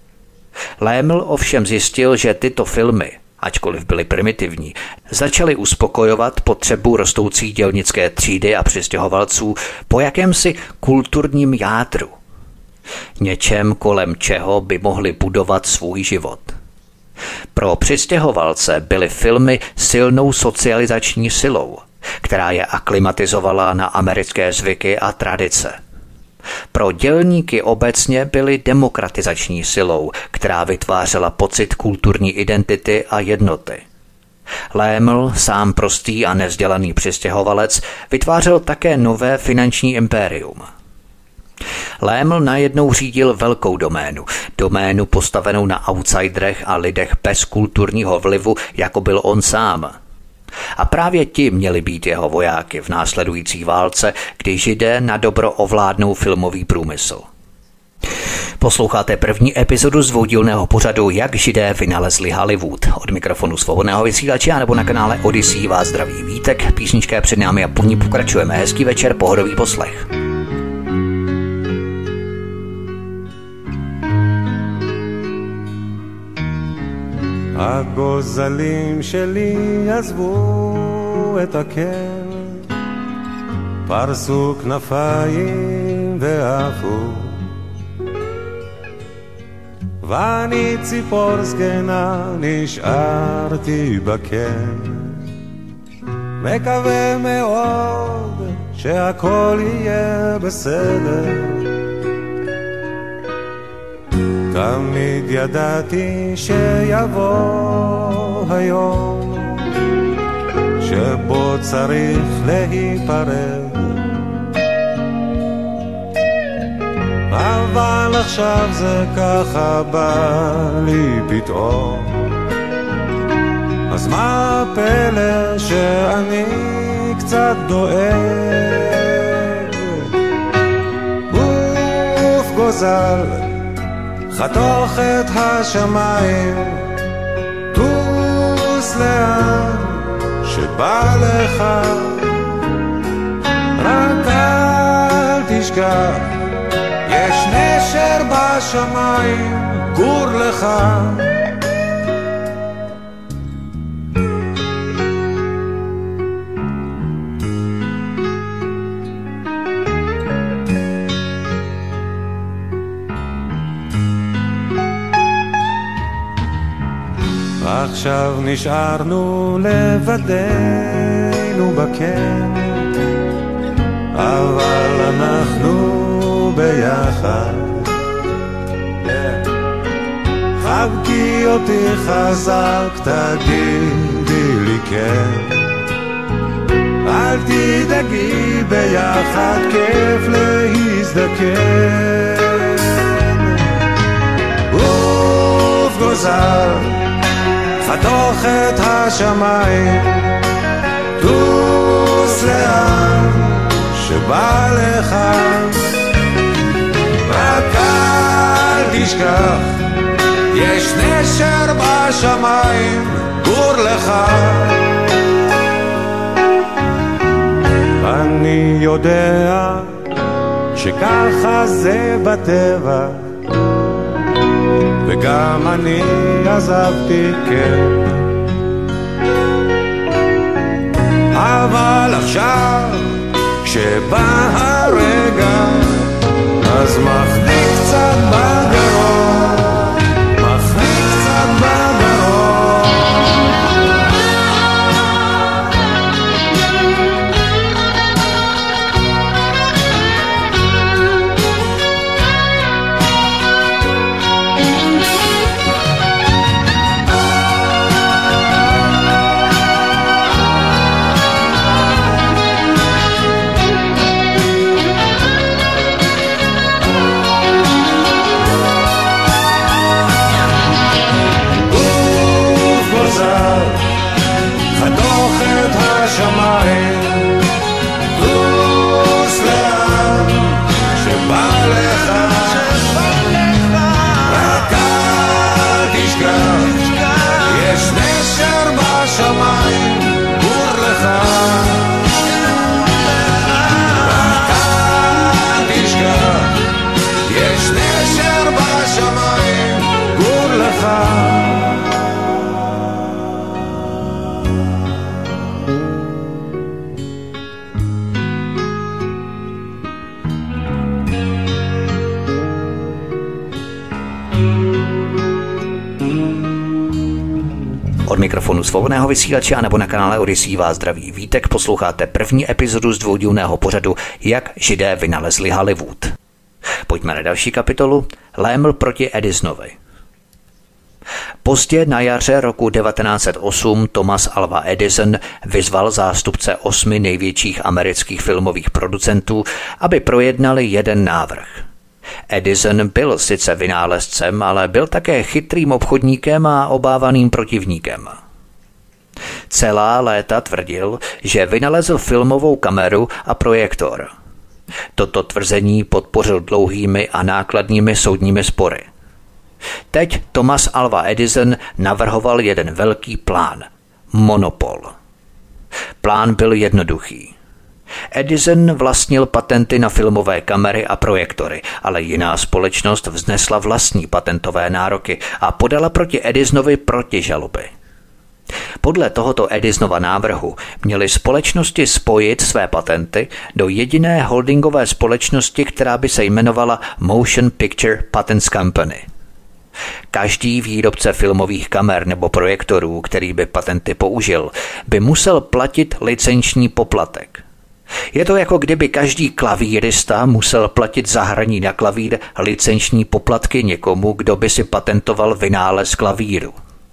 Léml ovšem zjistil, že tyto filmy, ačkoliv byly primitivní, začaly uspokojovat potřebu rostoucí dělnické třídy a přistěhovalců po jakémsi kulturním jádru. Něčem, kolem čeho by mohli budovat svůj život. Pro přistěhovalce byly filmy silnou socializační silou, která je aklimatizovala na americké zvyky a tradice. Pro dělníky obecně byly demokratizační silou, která vytvářela pocit kulturní identity a jednoty. Léml, sám prostý a nevzdělaný přistěhovalec, vytvářel také nové finanční impérium. Léml najednou řídil velkou doménu postavenou na outsiderech a lidech bez kulturního vlivu, jako byl on sám. A právě ti měli být jeho vojáky v následující válce, kdy Židé na dobro ovládnou filmový průmysl. Posloucháte první epizodu z dvoudílného pořadu Jak Židé vynalezli Hollywood. Od mikrofonu Svobodného vysílače nebo na kanále Odyssey vás zdraví Vítek, písnička je před námi a po ní pokračujeme. Hezký večer, pohodový poslech. הגוזלים שלי עזבו את הקר, פרסו כנפיים ועפו, ואני ציפור זקנה נשארתי בקר, מקווה מאוד שהכל יהיה בסדר. תמיד ידעתי שיבוא היום שבו צריך להיפרד, אבל עכשיו זה ככה בא לי פתאום, אז מה הפלא שאני קצת דואג? גוף גוזל חתוך את השמיים, טוס לאן שבא לך, רק אל תשכח, יש נשר בשמיים, גור לך. עכשיו נשארנו לבדנו בקן, אבל אנחנו ביחד. חבקי אותי חזק, תגידי לי כן, אל תדאגי, ביחד כיף להזדקן. גוף גוזל חתוך את השמיים, טוס לאן שבא לך, רק אל תשכח, יש נשר בשמיים, גור לך. אני יודע שככה זה בטבע, וגם אני עזבתי, כן. אבל עכשיו כשבא הרגע אז מחניק קצת בגרון, מחניק קצת בגרון. Od mikrofonu Svobodného vysílače a nebo na kanále Odyssey vás zdraví Vítek, posloucháte první epizodu z dvoudílného pořadu Jak Židé vynalezli Hollywood. Pojďme na další kapitolu. Láml proti Edisonovi. Pozdě na jaře roku 1908 Thomas Alva Edison vyzval zástupce 8 největších amerických filmových producentů, aby projednali jeden návrh. Edison byl sice vynálezcem, ale byl také chytrým obchodníkem a obávaným protivníkem. Celá léta tvrdil, že vynalezl filmovou kameru a projektor. Toto tvrzení podpořil dlouhými a nákladnými soudními spory. Teď Thomas Alva Edison navrhoval jeden velký plán – monopol. Plán byl jednoduchý. Edison vlastnil patenty na filmové kamery a projektory, ale jiná společnost vznesla vlastní patentové nároky a podala proti Edisonovi protižaloby. Podle tohoto Edisonova návrhu měly společnosti spojit své patenty do jediné holdingové společnosti, která by se jmenovala Motion Picture Patents Company. Každý výrobce filmových kamer nebo projektorů, který by patenty použil, by musel platit licenční poplatek. Je to jako kdyby každý klavírista musel platit za hraní na klavír licenční poplatky někomu, kdo by si patentoval vynález klavíru.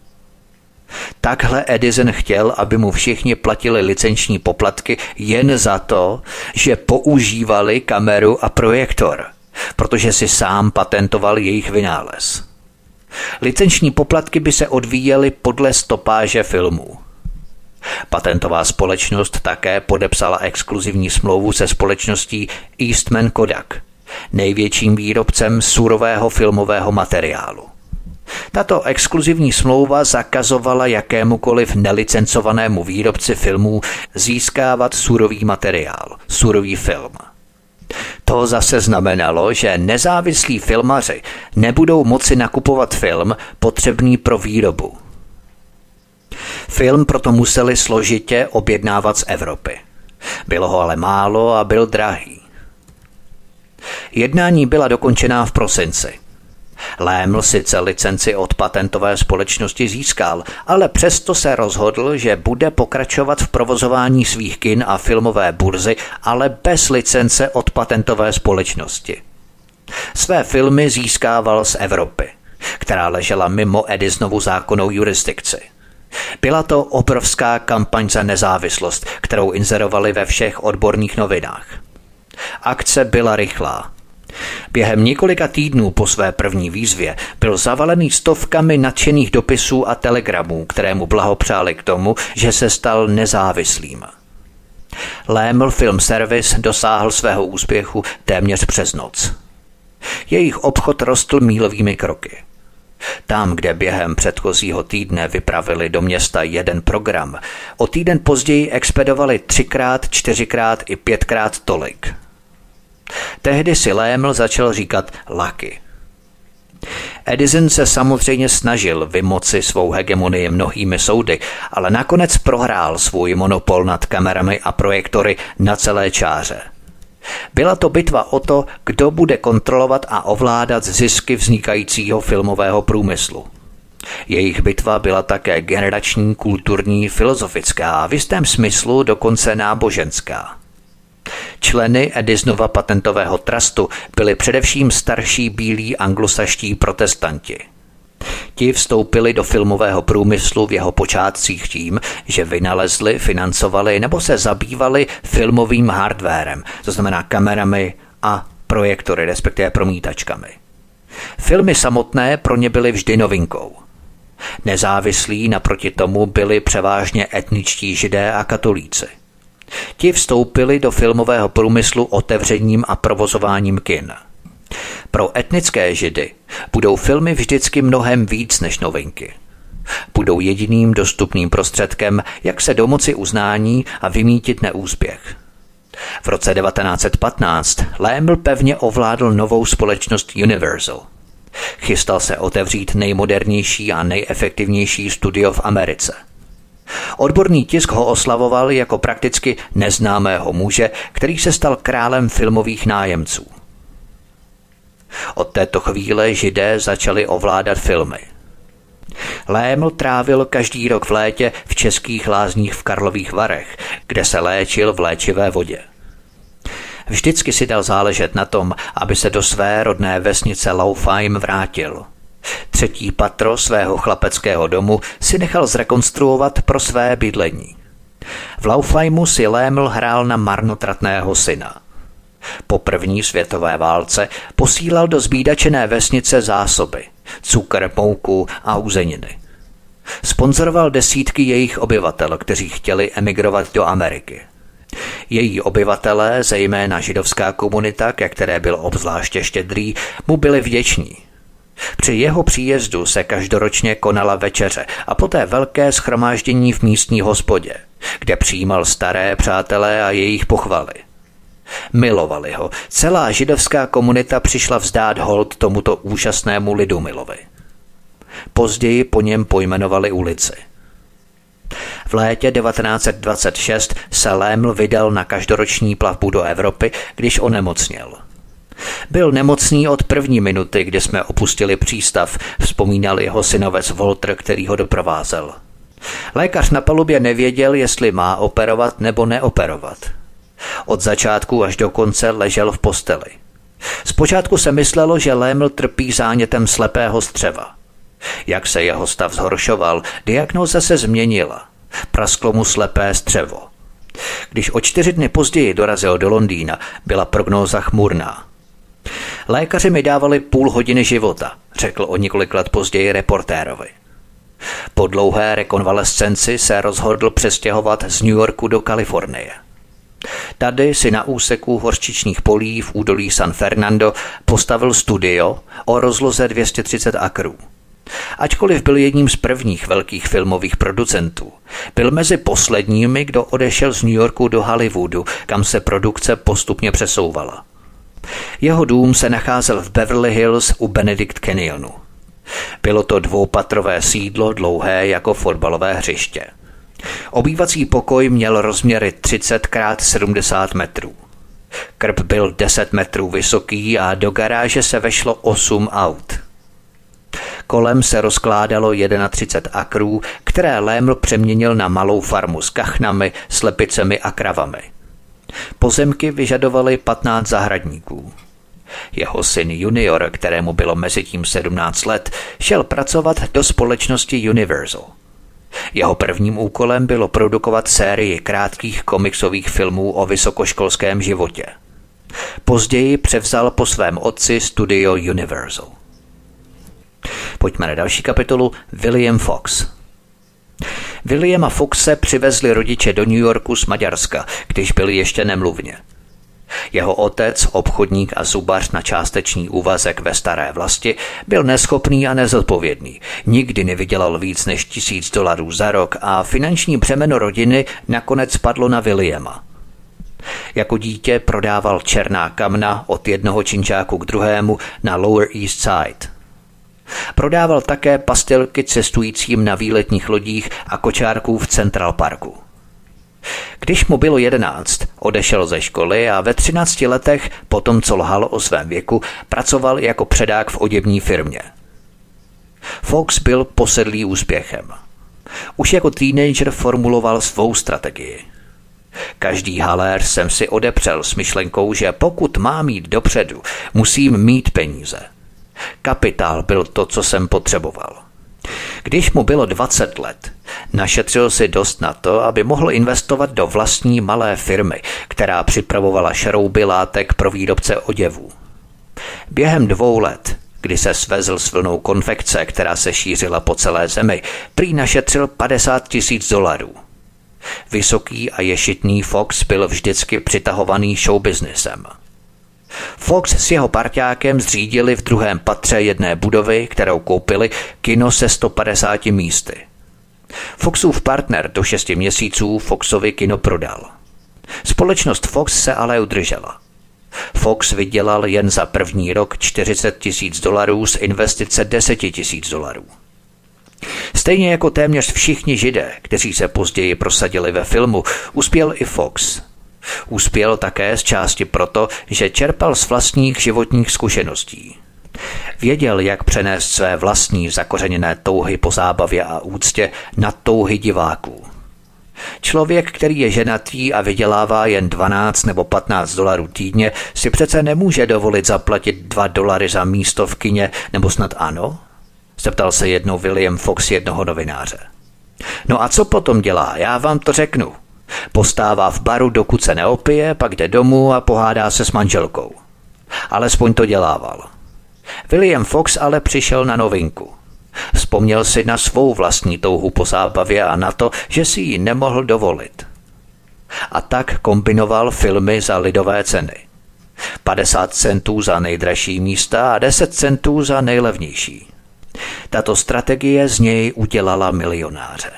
Takhle Edison chtěl, aby mu všichni platili licenční poplatky jen za to, že používali kameru a projektor, protože si sám patentoval jejich vynález. Licenční poplatky by se odvíjely podle stopáže filmů. Patentová společnost také podepsala exkluzivní smlouvu se společností Eastman Kodak, největším výrobcem surového filmového materiálu. Tato exkluzivní smlouva zakazovala jakémukoliv nelicencovanému výrobci filmů získávat surový materiál, surový film. To zase znamenalo, že nezávislí filmaři nebudou moci nakupovat film potřebný pro výrobu. Film proto museli složitě objednávat z Evropy. Bylo ho ale málo a byl drahý. Jednání byla dokončená v prosinci. Láml sice licenci od patentové společnosti získal, ale přesto se rozhodl, že bude pokračovat v provozování svých kin a filmové burzy, ale bez licence od patentové společnosti. Své filmy získával z Evropy, která ležela mimo Edisonovu zákonnou jurisdikci. Byla to obrovská kampaň za nezávislost, kterou inzerovali ve všech odborných novinách. Akce byla rychlá. Během několika týdnů po své první výzvě byl zavalený stovkami nadšených dopisů a telegramů, které mu blahopřáli k tomu, že se stal nezávislým. Láml Film Service dosáhl svého úspěchu téměř přes noc. Jejich obchod rostl mílovými kroky. Tam, kde během předchozího týdne vypravili do města jeden program, o týden později expedovali 3x, 4x i 5x tolik. Tehdy si Láml začal říkat Lucky. Edison se samozřejmě snažil vymoci svou hegemonii mnohými soudy, ale nakonec prohrál svůj monopol nad kamerami a projektory na celé čáře. Byla to bitva o to, kdo bude kontrolovat a ovládat zisky vznikajícího filmového průmyslu. Jejich bitva byla také generační, kulturní, filozofická a v jistém smyslu dokonce náboženská. Členy Edisonova patentového trustu byli především starší bílí anglosaští protestanti. Ti vstoupili do filmového průmyslu v jeho počátcích tím, že vynalezli, financovali nebo se zabývali filmovým hardwarem, to znamená kamerami a projektory, respektive promítačkami. Filmy samotné pro ně byly vždy novinkou. Nezávislí naproti tomu byli převážně etničtí Židé a katolíci. Ti vstoupili do filmového průmyslu otevřením a provozováním kin. Pro etnické Židy budou filmy vždycky mnohem víc než novinky. Budou jediným dostupným prostředkem, jak se domoci uznání a vymítit neúspěch. V roce 1915 Láml pevně ovládl novou společnost Universal. Chystal se otevřít nejmodernější a nejefektivnější studio v Americe. Odborný tisk ho oslavoval jako prakticky neznámého muže, který se stal králem filmových nájemců. Od této chvíle Židé začali ovládat filmy. Láml trávil každý rok v létě v Českých lázních v Karlových Varech, kde se léčil v léčivé vodě. Vždycky si dal záležet na tom, aby se do své rodné vesnice Laufheim vrátil. 3. patro svého chlapeckého domu si nechal zrekonstruovat pro své bydlení. V Laufheimu si Láml hrál na marnotratného syna. Po první světové válce posílal do zbídačené vesnice zásoby, cukr, mouku a uzeniny. Sponzoroval desítky jejich obyvatel, kteří chtěli emigrovat do Ameriky. Její obyvatelé, zejména židovská komunita, ke které byl obzvláště štědrý, mu byli vděční. Při jeho příjezdu se každoročně konala večeře a poté velké shromáždění v místní hospodě, kde přijímal staré přátelé a jejich pochvaly. Milovali ho. Celá židovská komunita přišla vzdát hold tomuto úžasnému lidumilovi. Později po něm pojmenovali ulici. V létě 1926 se Láml vydal na každoroční plavbu do Evropy, když onemocněl. Byl nemocný od první minuty, kdy jsme opustili přístav, vzpomínal jeho synovec Walter, který ho doprovázel. Lékař na palubě nevěděl, jestli má operovat nebo neoperovat. Od začátku až do konce ležel v posteli. Zpočátku se myslelo, že Láml trpí zánětem slepého střeva. Jak se jeho stav zhoršoval, diagnóza se změnila. Prasklo mu slepé střevo. Když o 4 dny později dorazil do Londýna, byla prognóza chmurná. Lékaři mi dávali půl hodiny života, řekl o několik let později reportérovi. Po dlouhé rekonvalescenci se rozhodl přestěhovat z New Yorku do Kalifornie. Tady si na úseku hořčičných polí v údolí San Fernando postavil studio o rozloze 230 akrů. Ačkoliv byl jedním z prvních velkých filmových producentů, byl mezi posledními, kdo odešel z New Yorku do Hollywoodu, kam se produkce postupně přesouvala. Jeho dům se nacházel v Beverly Hills u Benedict Canyonu. Bylo to dvoupatrové sídlo dlouhé jako fotbalové hřiště. Obývací pokoj měl rozměry 30x70 metrů. Krb byl 10 metrů vysoký a do garáže se vešlo 8 aut. Kolem se rozkládalo 31 akrů, které Láml přeměnil na malou farmu s kachnami, slepicemi a kravami. Pozemky vyžadovaly 15 zahradníků. Jeho syn Junior, kterému bylo mezitím 17 let, šel pracovat do společnosti Universal. Jeho prvním úkolem bylo produkovat sérii krátkých komiksových filmů o vysokoškolském životě. Později převzal po svém otci studio Universal. Pojďme na další kapitolu. William Fox. Williama Foxe přivezli rodiče do New Yorku z Maďarska, když byli ještě nemluvně. Jeho otec, obchodník a zubař na částečný úvazek ve Staré Vlasti, byl neschopný a nezodpovědný. Nikdy nevydělal víc než $1000 za rok a finanční břemeno rodiny nakonec padlo na Williama. Jako dítě prodával černá kamna od jednoho činžáku k druhému na Lower East Side. Prodával také pastilky cestujícím na výletních lodích a kočárků v Central Parku. Když mu bylo 11, odešel ze školy a ve 13 letech, potom co lhal o svém věku, pracoval jako předák v oděvní firmě. Fox byl posedlý úspěchem. Už jako teenager formuloval svou strategii. Každý halér jsem si odepřel s myšlenkou, že pokud mám jít dopředu, musím mít peníze. Kapitál byl to, co jsem potřeboval. Když mu bylo 20 let, našetřil si dost na to, aby mohl investovat do vlastní malé firmy, která připravovala šrouby látek pro výrobce oděvů. Během 2 let, kdy se svezl s vlnou konfekce, která se šířila po celé zemi, prý našetřil $50,000. Vysoký a ješitný Fox byl vždycky přitahovaný showbiznesem. Fox s jeho parťákem zřídili v 2. patře jedné budovy, kterou koupili, kino se 150 místy. Foxův partner do 6 měsíců Foxovi kino prodal. Společnost Fox se ale udržela. Fox vydělal jen za první rok $40,000 z investice $10,000. Stejně jako téměř všichni Židé, kteří se později prosadili ve filmu, uspěl i Fox. Uspěl také z části proto, že čerpal z vlastních životních zkušeností. Věděl, jak přenést své vlastní zakořeněné touhy po zábavě a úctě na touhy diváků. Člověk, který je ženatý a vydělává jen $12 nebo $15 týdně, si přece nemůže dovolit zaplatit $2 za místo v kině, nebo snad ano? Zeptal se jednou William Fox jednoho novináře. No a co potom dělá? Já vám to řeknu. Postává v baru, dokud se neopije, pak jde domů a pohádá se s manželkou. Alespoň to dělával. William Fox ale přišel na novinku. Vzpomněl si na svou vlastní touhu po zábavě a na to, že si ji nemohl dovolit. A tak kombinoval filmy za lidové ceny. 50 centů za nejdražší místa a 10 centů za nejlevnější. Tato strategie z něj udělala milionáře.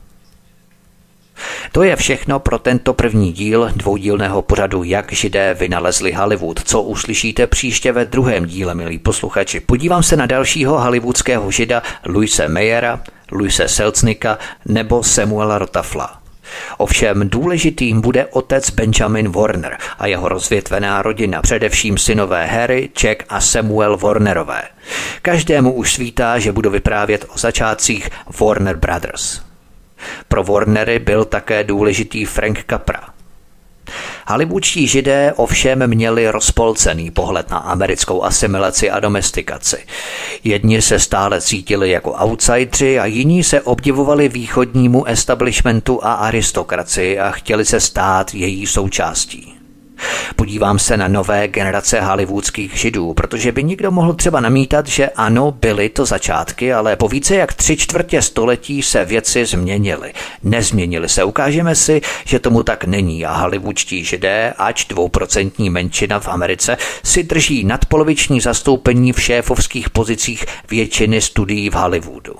To je všechno pro tento první díl dvoudílného pořadu Jak Židé vynalezli Hollywood, co uslyšíte příště ve 2. díle, milí posluchači. Podívám se na dalšího hollywoodského Žida Louise Mayera, Louise Selznicka nebo Samuela Rotafla. Ovšem důležitým bude otec Benjamin Warner a jeho rozvětvená rodina, především synové Harry, Jack a Samuel Warnerové. Každému už svítá, že budu vyprávět o začátcích Warner Brothers. Pro Warnery byl také důležitý Frank Capra. Hollywoodští Židé ovšem měli rozpolcený pohled na americkou asimilaci a domestikaci. Jedni se stále cítili jako outsidři a jiní se obdivovali východnímu establishmentu a aristokracii a chtěli se stát její součástí. Podívám se na nové generace hollywoodských Židů, protože by někdo mohl třeba namítat, že ano, byly to začátky, ale po více jak 3/4 století se věci změnily. Nezměnily se. Ukážeme si, že tomu tak není a hollywoodští Židé, ač 2% menšina v Americe, si drží nadpoloviční zastoupení v šéfovských pozicích většiny studií v Hollywoodu.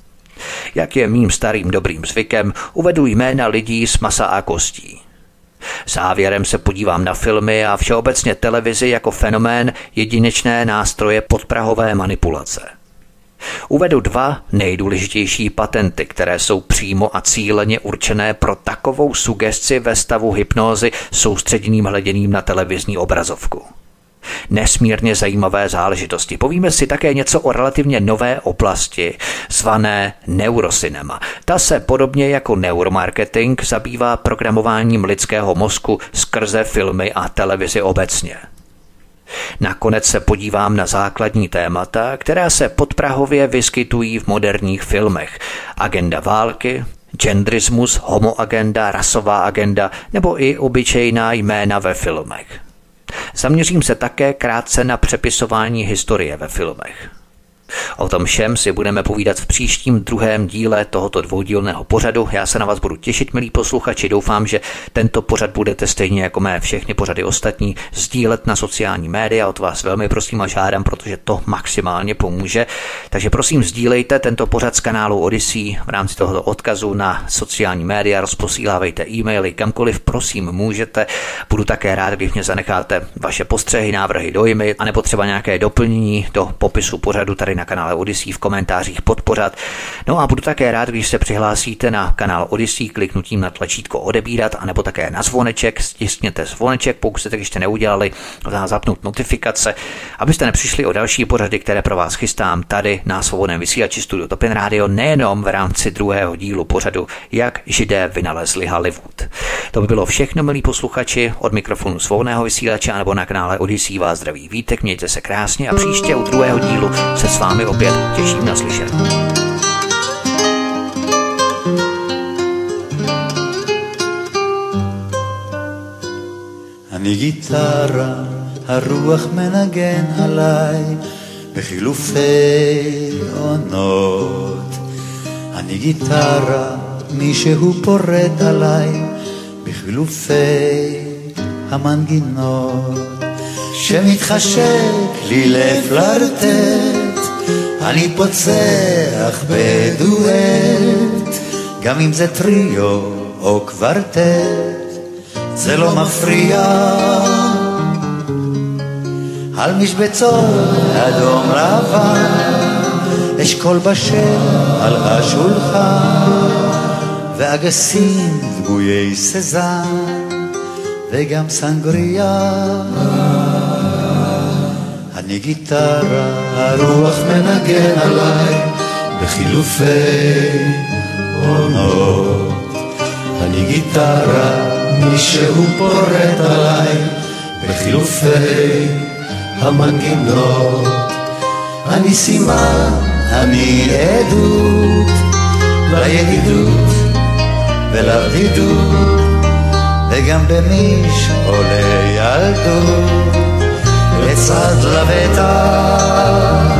Jak je mým starým dobrým zvykem, uvedu jména lidí z masa a kostí. Závěrem se podívám na filmy a všeobecně televizi jako fenomén jedinečné nástroje podprahové manipulace. Uvedu 2 nejdůležitější patenty, které jsou přímo a cíleně určené pro takovou sugesci ve stavu hypnózy soustředěným hleděním na televizní obrazovku. Nesmírně zajímavé záležitosti. Povíme si také něco o relativně nové oblasti, zvané neurocinema. Ta se podobně jako neuromarketing zabývá programováním lidského mozku skrze filmy a televizi obecně. Nakonec se podívám na základní témata, která se podprahově vyskytují v moderních filmech. Agenda války, genderismus, homoagenda, rasová agenda nebo i obyčejná jména ve filmech. Zaměřím se také krátce na přepisování historie ve filmech. O tom všem si budeme povídat v příštím druhém díle tohoto dvoudílného pořadu. Já se na vás budu těšit, milí posluchači. Doufám, že tento pořad budete stejně jako mé všechny pořady ostatní sdílet na sociální média. O to vás velmi prosím a žádám, protože to maximálně pomůže. Takže prosím, sdílejte tento pořad z kanálu Odyssey v rámci tohoto odkazu na sociální média, rozposílávejte e-maily kamkoliv, prosím, můžete. Budu také rád, když mě zanecháte vaše postřehy, návrhy, dojmy, anebo třeba nějaké doplnění do popisu pořadu tady na kanále Odyssey v komentářích pod pořad. No a budu také rád, když se přihlásíte na kanál Odyssey kliknutím na tlačítko odebírat, anebo také na zvoneček, stiskněte zvoneček, pokud jste tak ještě neudělali, zapnout notifikace, abyste nepřišli o další pořady, které pro vás chystám tady na svobodném vysílači Studio Top Jen Radio, nejenom v rámci druhého dílu pořadu Jak Židé vynalezli Hollywood. To by bylo všechno, milí posluchači, od mikrofonu svobodného vysílače nebo na kanále Odyssey vás zdraví Vítek, mějte se krásně a příště u druhého dílu se s vámi opět těším na slyšenou. אני גיטרה, הרוח מנגן עליי בחילופי עונות. אני גיטרה, מישהו פורט עליי בחילופי המנגינות. שמתחשק לי לפלרטט, אני פוצח בדואט, גם אם זה טריו או קוורטט, זה לא מפריע. על משבצות אדום לבן, אשכול בשל על השולחן, ואגסים דגויי סזן, וגם סנגריה. אני גיטרה, הרוח מנגן עליי בחילופי עונות. אני גיטרה, מישהו פורט עליי בחילופי המנגינות. אני סימן, אני עדות לידידות ולבדידות, וגם במשעולי ילדות לצד לבטח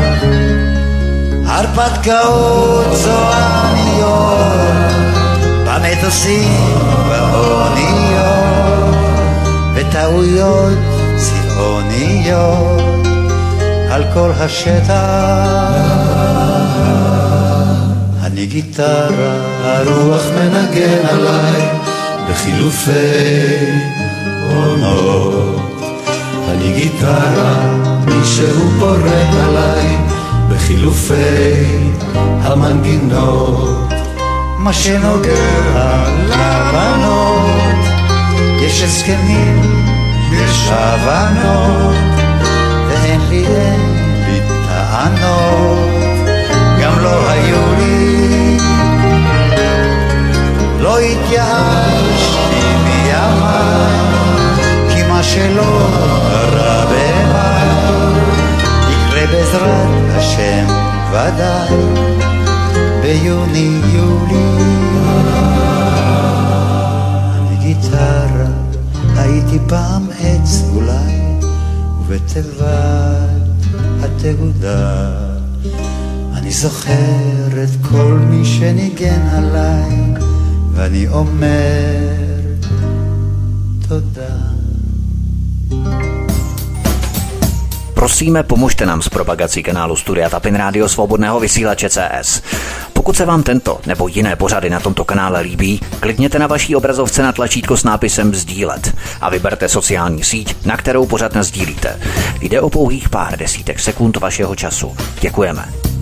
הרפתקאות צועניות במטוסים באוניות וטעויות צבעוניות על כל השטח. אני גיטרה, הרוח מנגן עליי בחילופי עונות. אני גיטרה, מישהו פורט עליי בחילופי המנגינות. מה שנוגע לבנות, יש הסכמים, יש הבנות, ואין לי טענות, גם לא היו לי. לא התייאשתי מימיי, כי מה שלא קרה במאי יקרה בעזרת השם ודאי ביוני יולי. אני גיטרה, הייתי פעם עץ אולי, ובתיבת התהודה אני זוכר את כל מי שניגן עליי, ואני אומר תודה. Prosíme, pomožte nám s propagací kanálu Studia Top Jen Radio Svobodného vysílače CS. Pokud se vám tento nebo jiné pořady na tomto kanále líbí, klikněte na vaší obrazovce na tlačítko s nápisem sdílet a vyberte sociální síť, na kterou pořad nasdílíte. Jde o pouhých pár desítek sekund vašeho času. Děkujeme.